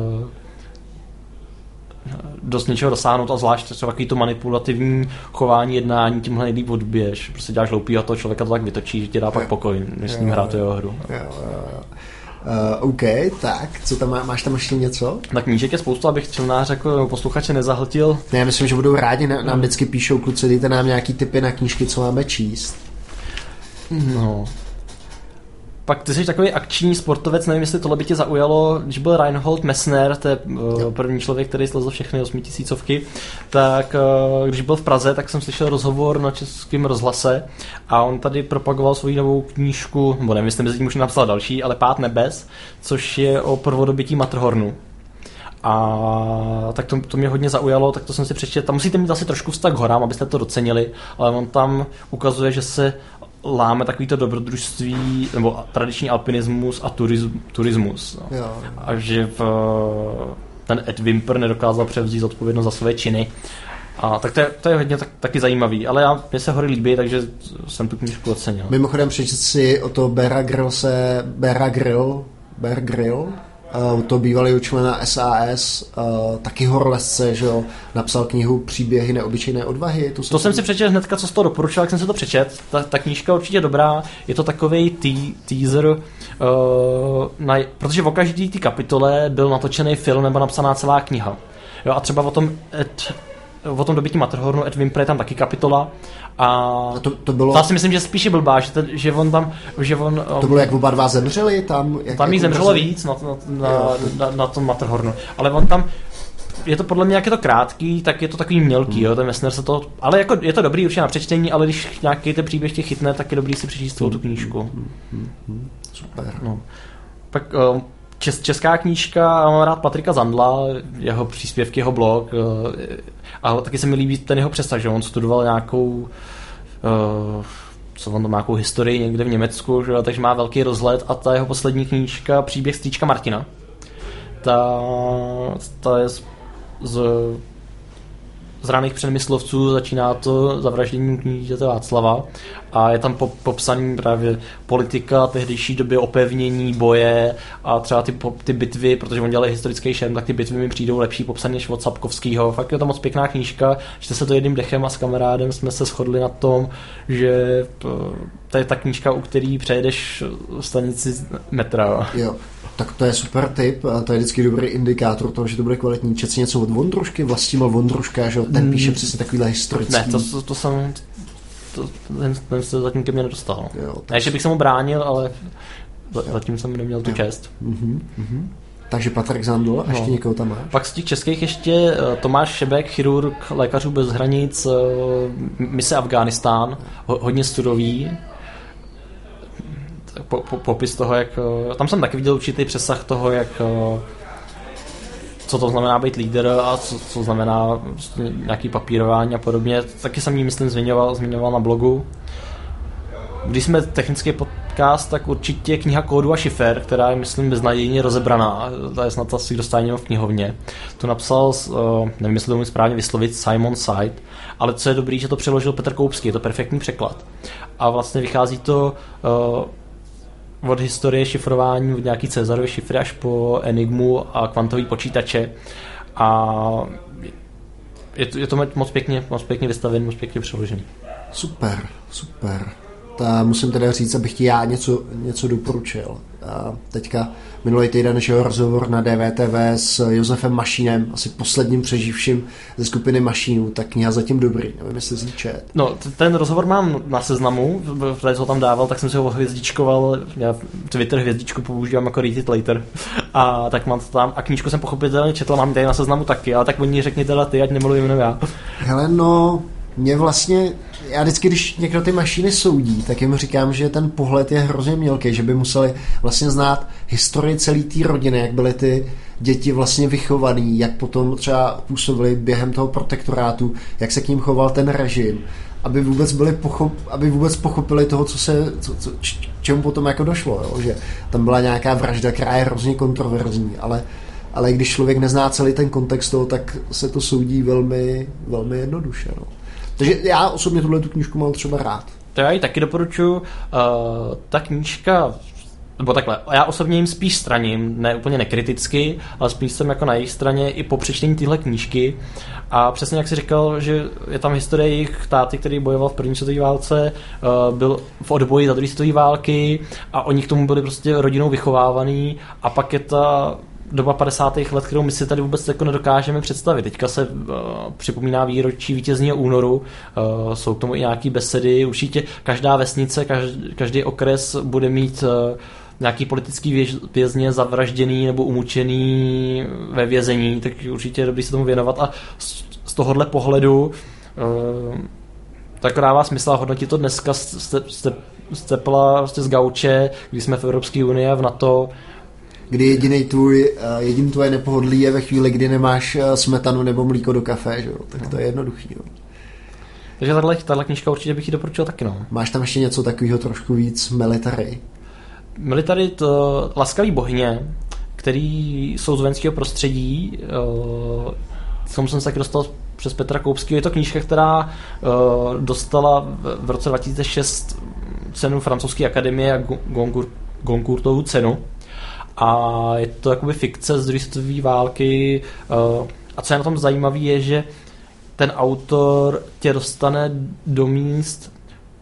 dost něčeho dosáhnout, a zvlášť třeba takový to manipulativní chování, jednání, tímhle nejlíp odbiješ, prostě děláš hloupýho a toho člověka to tak vytočí, že ti dá pak pokoj, než s ním hrát tu jeho hru. Jo, jo, jo. Uh, OK, tak, co tam má, máš tam ještě něco? Tak knížek je spoustu, abych čtenář jako posluchače nezahltil. Ne, já myslím, že budou rádi, nám vždycky píšou kluci, dejte nám nějaký tipy na knížky, co máme číst. No. Pak ty jsi takový akční sportovec, nevím, jestli tohle by tě zaujalo, když byl Reinhold Messner, to je uh, první člověk, který slezl všechny osmitisícovky, tak uh, když byl v Praze, tak jsem slyšel rozhovor na Českém rozhlase a on tady propagoval svou novou knížku, nebo nevím, jestli mezi tím už napsal další, ale Pád nebes, což je o prvodobytí Matterhornu. A tak to, to mě hodně zaujalo, tak to jsem si přečetl. Tam musíte mít asi trošku vztah k horám, abyste to docenili, ale on tam ukazuje, že se láme takovýto dobrodružství nebo tradiční alpinismus a turism, turismus. No. Jo. A že v, ten Ed Wimper nedokázal převzít odpovědnost za své činy. A tak to je, to je hodně tak, taky zajímavý, ale já, mě se hory líbí, takže jsem tu knížku ocenil. Mimochodem přečet si o to Beara Grylse, Beara Gryll, Bear Gryll, Uh, to bývalý člena S A S, uh, taky horolezce, že jo, napsal knihu Příběhy neobyčejné odvahy. To, to jsem si přečetl hnedka, co jsi to doporučil, jak jsem si to přečet. Ta, ta knížka určitě dobrá, je to takovej tý, teaser, uh, na, protože o každý té kapitole byl natočený film nebo napsaná celá kniha. Jo, a třeba o tom Ed, o tom dobytí Matterhornu, Ed Wimper je tam taky kapitola. A, a to, to bylo... Já si myslím, že spíše blbá, že, ten, že on tam... Že on, to bylo, jak oba dva zemřeli tam? Jak, tam jí zemřelo zemřeli? víc na, na, na, na, na tom Matterhornu. Ale on tam... Je to podle mě, jak je to krátký, tak je to takový mělký, hmm. jo, ten Messner se to... Ale jako je to dobrý určitě na přečtení, ale když nějaký ten příběh tě chytne, tak je dobrý si přečíst celou tu knížku. Hmm. Hmm. Hmm. Super. No. Pak... Čes, česká knížka, mám rád Patrika Zandla, jeho příspěvky, jeho blog, a taky se mi líbí ten jeho přesah, že on studoval nějakou, co on tam, nějakou historii někde v Německu, že, takže má velký rozhled, a ta jeho poslední knížka, Příběh strýčka Martina, ta, ta je z, z, z raných předmyslovců, začíná to zavražděním knížete Václava a je tam popsaný právě politika tehdejší doby, opevnění, boje a třeba ty, ty bitvy, protože on dělal historický šerm, tak ty bitvy mi přijdou lepší popsaný než od Sapkovskýho. Fakt je to moc pěkná knížka, čte se to jedním dechem a s kamarádem jsme se shodli na tom, že to je ta knížka, u který přejedeš stanici metra. Jo. Tak to je super tip, a to je vždycky dobrý indikátor toho, že to bude kvalitní. Čet si něco od Vondrušky, Vlastimil Vondruška, že ten píše přesně takovýhle historický. Ne, to, to, to jsem, to, ten, ten se zatím ke mně nedostal. Jo, ne, že bych se mu bránil, ale zatím jsem neměl tu čest. Uh-huh, uh-huh. Takže Patrik Zandl, a ještě no. Někoho tam máš? Pak z těch českých ještě Tomáš Šebek, chirurg Lékařů bez hranic, mise Afghánistán, hodně studový. Po, po, popis toho, jak... Tam jsem taky viděl určitý přesah toho, jak... Co to znamená být líder a co, co znamená nějaký papírování a podobně. Taky jsem jí, myslím, zmiňoval, zmiňoval na blogu. Když jsme technický podcast, tak určitě kniha Kódu a šifer, která je, myslím, beznadějně rozebraná. Ta je snad asi dostání v knihovně. To napsal, nevím, jestli to můžu správně vyslovit, Simon Said, ale co je dobrý, že to přeložil Petr Koupský, je to perfektní překlad. A vlastně vychází to od historie šifrování, od nějaký Cezarovy šifry až po Enigmu a kvantový počítače. A je to, je to moc pěkně, moc pěkně vystavený, moc pěkně přeložený. Super, super. Ta musím teda říct, abych ti já něco, něco doporučil. A teďka minulý týden našel rozhovor na D V T V s Josefem Mašínem, asi posledním přeživším ze skupiny Mašínů, tak kniha zatím dobrý, nevím, jestli jsi čet. No, ten rozhovor mám na Seznamu, když ho tam dával, tak jsem si ho hvězdičkoval, já Twitter hvězdičku používám jako read it later, a tak mám to tam, a knížku jsem pochopitelně četl, mám tady na Seznamu taky, ale tak o ní řekni teda ty, ať nemluvím jenom já. Hele, no, mě vlastně, já vždycky, když někdo ty Mašíny soudí, tak jim říkám, že ten pohled je hrozně mělký, že by museli vlastně znát historii celé té rodiny, jak byly ty děti vlastně vychovaný, jak potom třeba působili během toho protektorátu, jak se k ním choval ten režim, aby vůbec byli pochop, aby vůbec pochopili toho, co se, co, co, čemu potom jako došlo, jo? Že tam byla nějaká vražda, která je hrozně kontroverzní, ale ale když člověk nezná celý ten kontext toho, tak se to soudí velmi, velmi jednoduše, no. Takže já osobně tuhle tu knížku mám třeba rád. To já ji taky doporučuji. Uh, ta knížka, nebo takhle, já osobně jim spíš straním, ne úplně nekriticky, ale spíš jsem jako na jejich straně i po přečtení téhle knížky. A přesně jak jsi říkal, že je tam historie jejich táty, který bojoval v první světové válce, uh, byl v odboji za druhé světové války a oni k tomu byli prostě rodinou vychovávaný, a pak je ta doba padesátých let, kterou my si tady vůbec jako nedokážeme představit. Teďka se uh, připomíná výročí vítězního únoru, uh, jsou k tomu i nějaký besedy, určitě každá vesnice, každý, každý okres bude mít uh, nějaký politický věž, vězně zavražděný nebo umučený ve vězení, tak určitě je dobrý se tomu věnovat, a z, z tohohle pohledu uh, tak dává smysl hodnotit to dneska z, z, z tepla, prostě z gauče, když jsme v Evropské unii a v NATO, kdy jediný tvůj, jediný tvoje nepohodlí je ve chvíli, kdy nemáš smetanu nebo mlíko do kafe, že jo? Tak to je jednoduchý. Jo. Takže tahle, tahle knížka určitě bych ji doporučil taky, no. Máš tam ještě něco takového trošku víc military? Military, to laskavý bohyně, který jsou z vojenského prostředí, k tomu jsem se taky dostal přes Petra Koupského. Je to knížka, která dostala v roce dva tisíce šest cenu francouzské akademie a Goncourtovu cenu. A je to jakoby fikce z druhé světové války. A co je na tom zajímavé, je, že ten autor tě dostane do míst.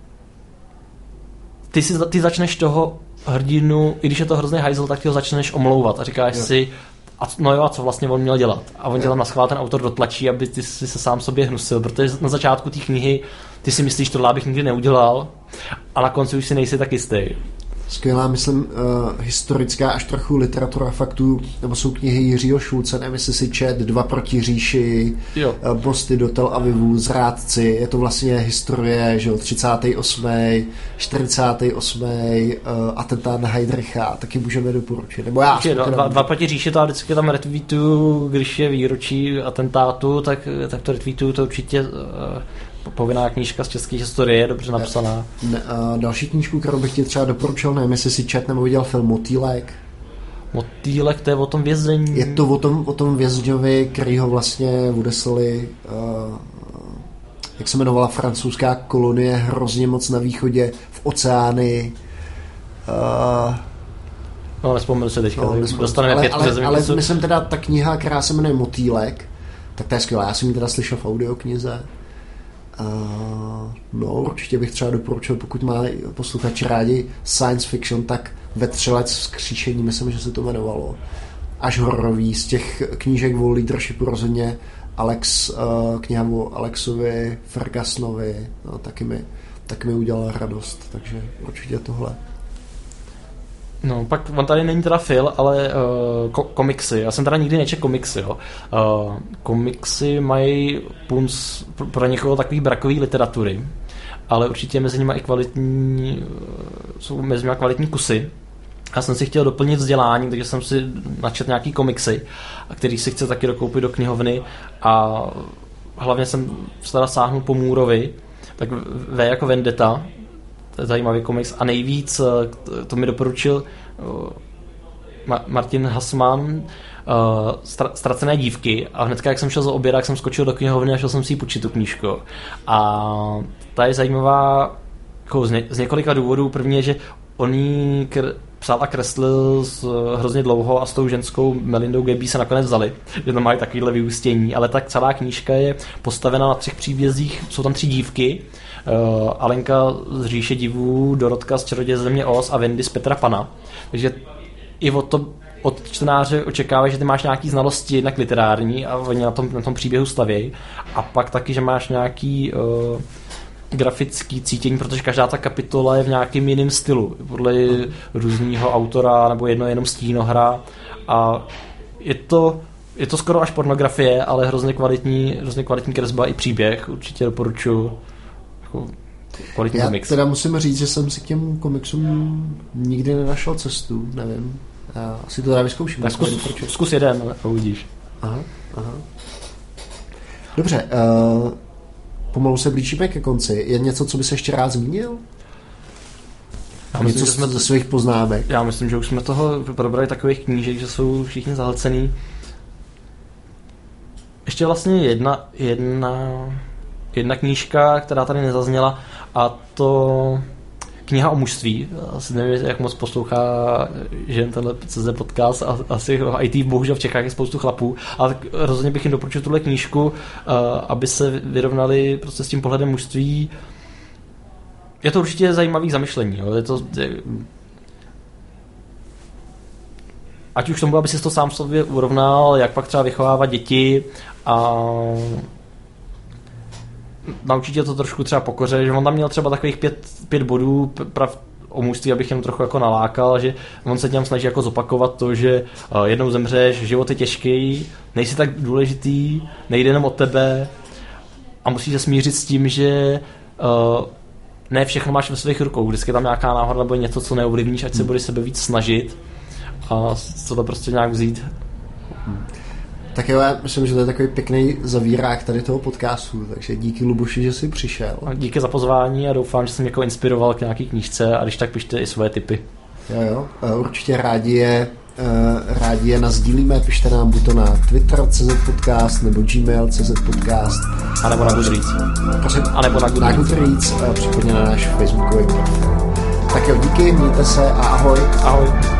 Ty, si, ty začneš toho hrdinu, i když je to hrozný hajzl, tak ty ho začneš omlouvat a říkáš jo. si, a, no jo, a co vlastně on měl dělat. A on tě tam naschvál ten autor dotlačí, aby ty si se sám sobě hnusil, protože na začátku té knihy ty si myslíš, tohle bych nikdy neudělal, a na konci už si nejsi tak jistý. Skvělá, myslím, uh, historická až trochu literatura faktů, nebo jsou knihy Jiřího Šulce, nevím, jestli si čet Dva proti říši, uh, Mosty do Tel Avivu, Zrádci, je to vlastně historie, že jo, třicátý osmý, čtyřicátý osmý, uh, atentát na Heydricha, taky můžeme doporučit. Nebo já dva, dva, dva proti říši, to vždycky tam retweetu, když je výročí atentátu, tak, tak to retweetu, to určitě... Uh, povinná knížka z české historie, dobře napsaná. Ne, a další knížku, kterou bych ti třeba doporučil, nevím, jestli si čet nebo viděl film Motýlek. Motýlek, to je o tom vězení. Je to o tom, o tom vězňovi, který ho vlastně odeslali, uh, jak se jmenovala francouzská kolonie, hrozně moc na východě, v oceány. Uh, no, nespomenu se teďka, no, dostaneme ale, pětku ale, ze země. ale myslím teda, ta kniha, která se jmenuje Motýlek, tak to je skvělá. Já jsem ji teda slyšel v audioknize. Uh, no, určitě bych třeba doporučil, pokud má posluchači rádi science fiction, tak Vetřelec vzkříšení, myslím, že se to jmenovalo. Až hororový, z těch knížek o leadershipu rozhodně Alex, uh, kniha o Alexovi Fergusonovi, no, taky, mi, taky mi udělala radost, takže určitě tohle. No, pak on tady není teda Phil, ale uh, ko- komiksy. Já jsem teda nikdy nečetl komiksy, jo. Uh, komiksy mají punc pro někoho takový brakový literatury, ale určitě mezi nimi i kvalitní, jsou mezi nimi kvalitní kusy. Já jsem si chtěl doplnit vzdělání, takže jsem si načetl nějaký komiksy, který si chce taky dokoupit do knihovny, a hlavně jsem teda sáhnul po Mooreovi, tak V jako Vendetta, to je zajímavý komiks, a nejvíc to mi doporučil Martin Hassman, Ztracené dívky, a hnedka, jak jsem šel za oběd, jak jsem skočil do knihovny a šel jsem si ji půjčit tu knížku. A ta je zajímavá jako z, ně, z několika důvodů. První je, že on ji kr- psal a kreslil z, hrozně dlouho, a s tou ženskou Melindou Gaby se nakonec vzali, že tam mají takovýhle vyústění, ale tak celá knížka je postavena na třech příbězích, jsou tam tři dívky, Uh, Alenka z Říše divů, Dorotka z Čaroděje ze země Oz a Wendy z Petra Pana. Takže i od, to, od čtenáře očekávají, že ty máš nějaký znalosti jednak literární a oni na tom, na tom příběhu stavějí. A pak taky, že máš nějaký uh, grafický cítění, protože každá ta kapitola je v nějakém jiném stylu. Podle různého autora nebo jedno jenom stínohra. A je to, je to skoro až pornografie, ale hrozně kvalitní, hrozně kvalitní kresba i příběh. Určitě doporučuji. Jako kvalitní Já komiks. teda musím říct, že jsem si k těm komiksům nikdy nenašel cestu, nevím. Já asi to teda vyzkouším. Tak zkus, zkus jeden a uvidíš. Aha, aha. Dobře, uh, pomalu se blížíme ke konci. Je něco, co bys ještě rád zmínil? Já myslím, něco že jsme ze svých poznámek. Já myslím, že už jsme toho probrali takových knížek, že jsou všichni zahlcený. Ještě vlastně jedna, jedna, jedna knížka, která tady nezazněla, a to kniha o mužství. Asi nevím, jak moc poslouchá žen tenhle C Z podcast, asi I T bohužel v Čechách je spoustu chlapů, ale rozhodně bych jim doporučil tuhle knížku, aby se vyrovnali prostě s tím pohledem mužství. Je to určitě zajímavý zamyšlení. Jo. Je to, je, ať už tomu, aby si to sám sobě urovnal, jak pak třeba vychovávat děti a naučit tě to trošku třeba pokoře, že on tam měl třeba takových pět, pět bodů prav o mužství, abych jen trochu jako nalákal, že on se těm snaží jako zopakovat to, že jednou zemřeš, život je těžký, nejsi tak důležitý, nejde jenom o tebe a musíš se smířit s tím, že uh, ne všechno máš ve svých rukou, vždycky je tam nějaká náhoda nebo něco, co neovlivníš, ať se budeš sebe víc snažit a co to prostě nějak vzít. Tak jo, já myslím, že to je takový pěkný zavírák tady toho podcastu, takže díky Luboši, že jsi přišel. A díky za pozvání a doufám, že jsem někoho inspiroval k nějaký knížce a když tak pište i svoje tipy. Jo, jo, určitě rádi je, rádi je nazdílíme, pište nám buď to na Twitter tečka cé zet podcast nebo Gmail tečka cé zet podcast. A nebo na Goodreads. Prosím? A nebo na Goodreads. Na Goodreads, případně na náš facebookový profil. Tak jo, díky, mějte se a ahoj. Ahoj.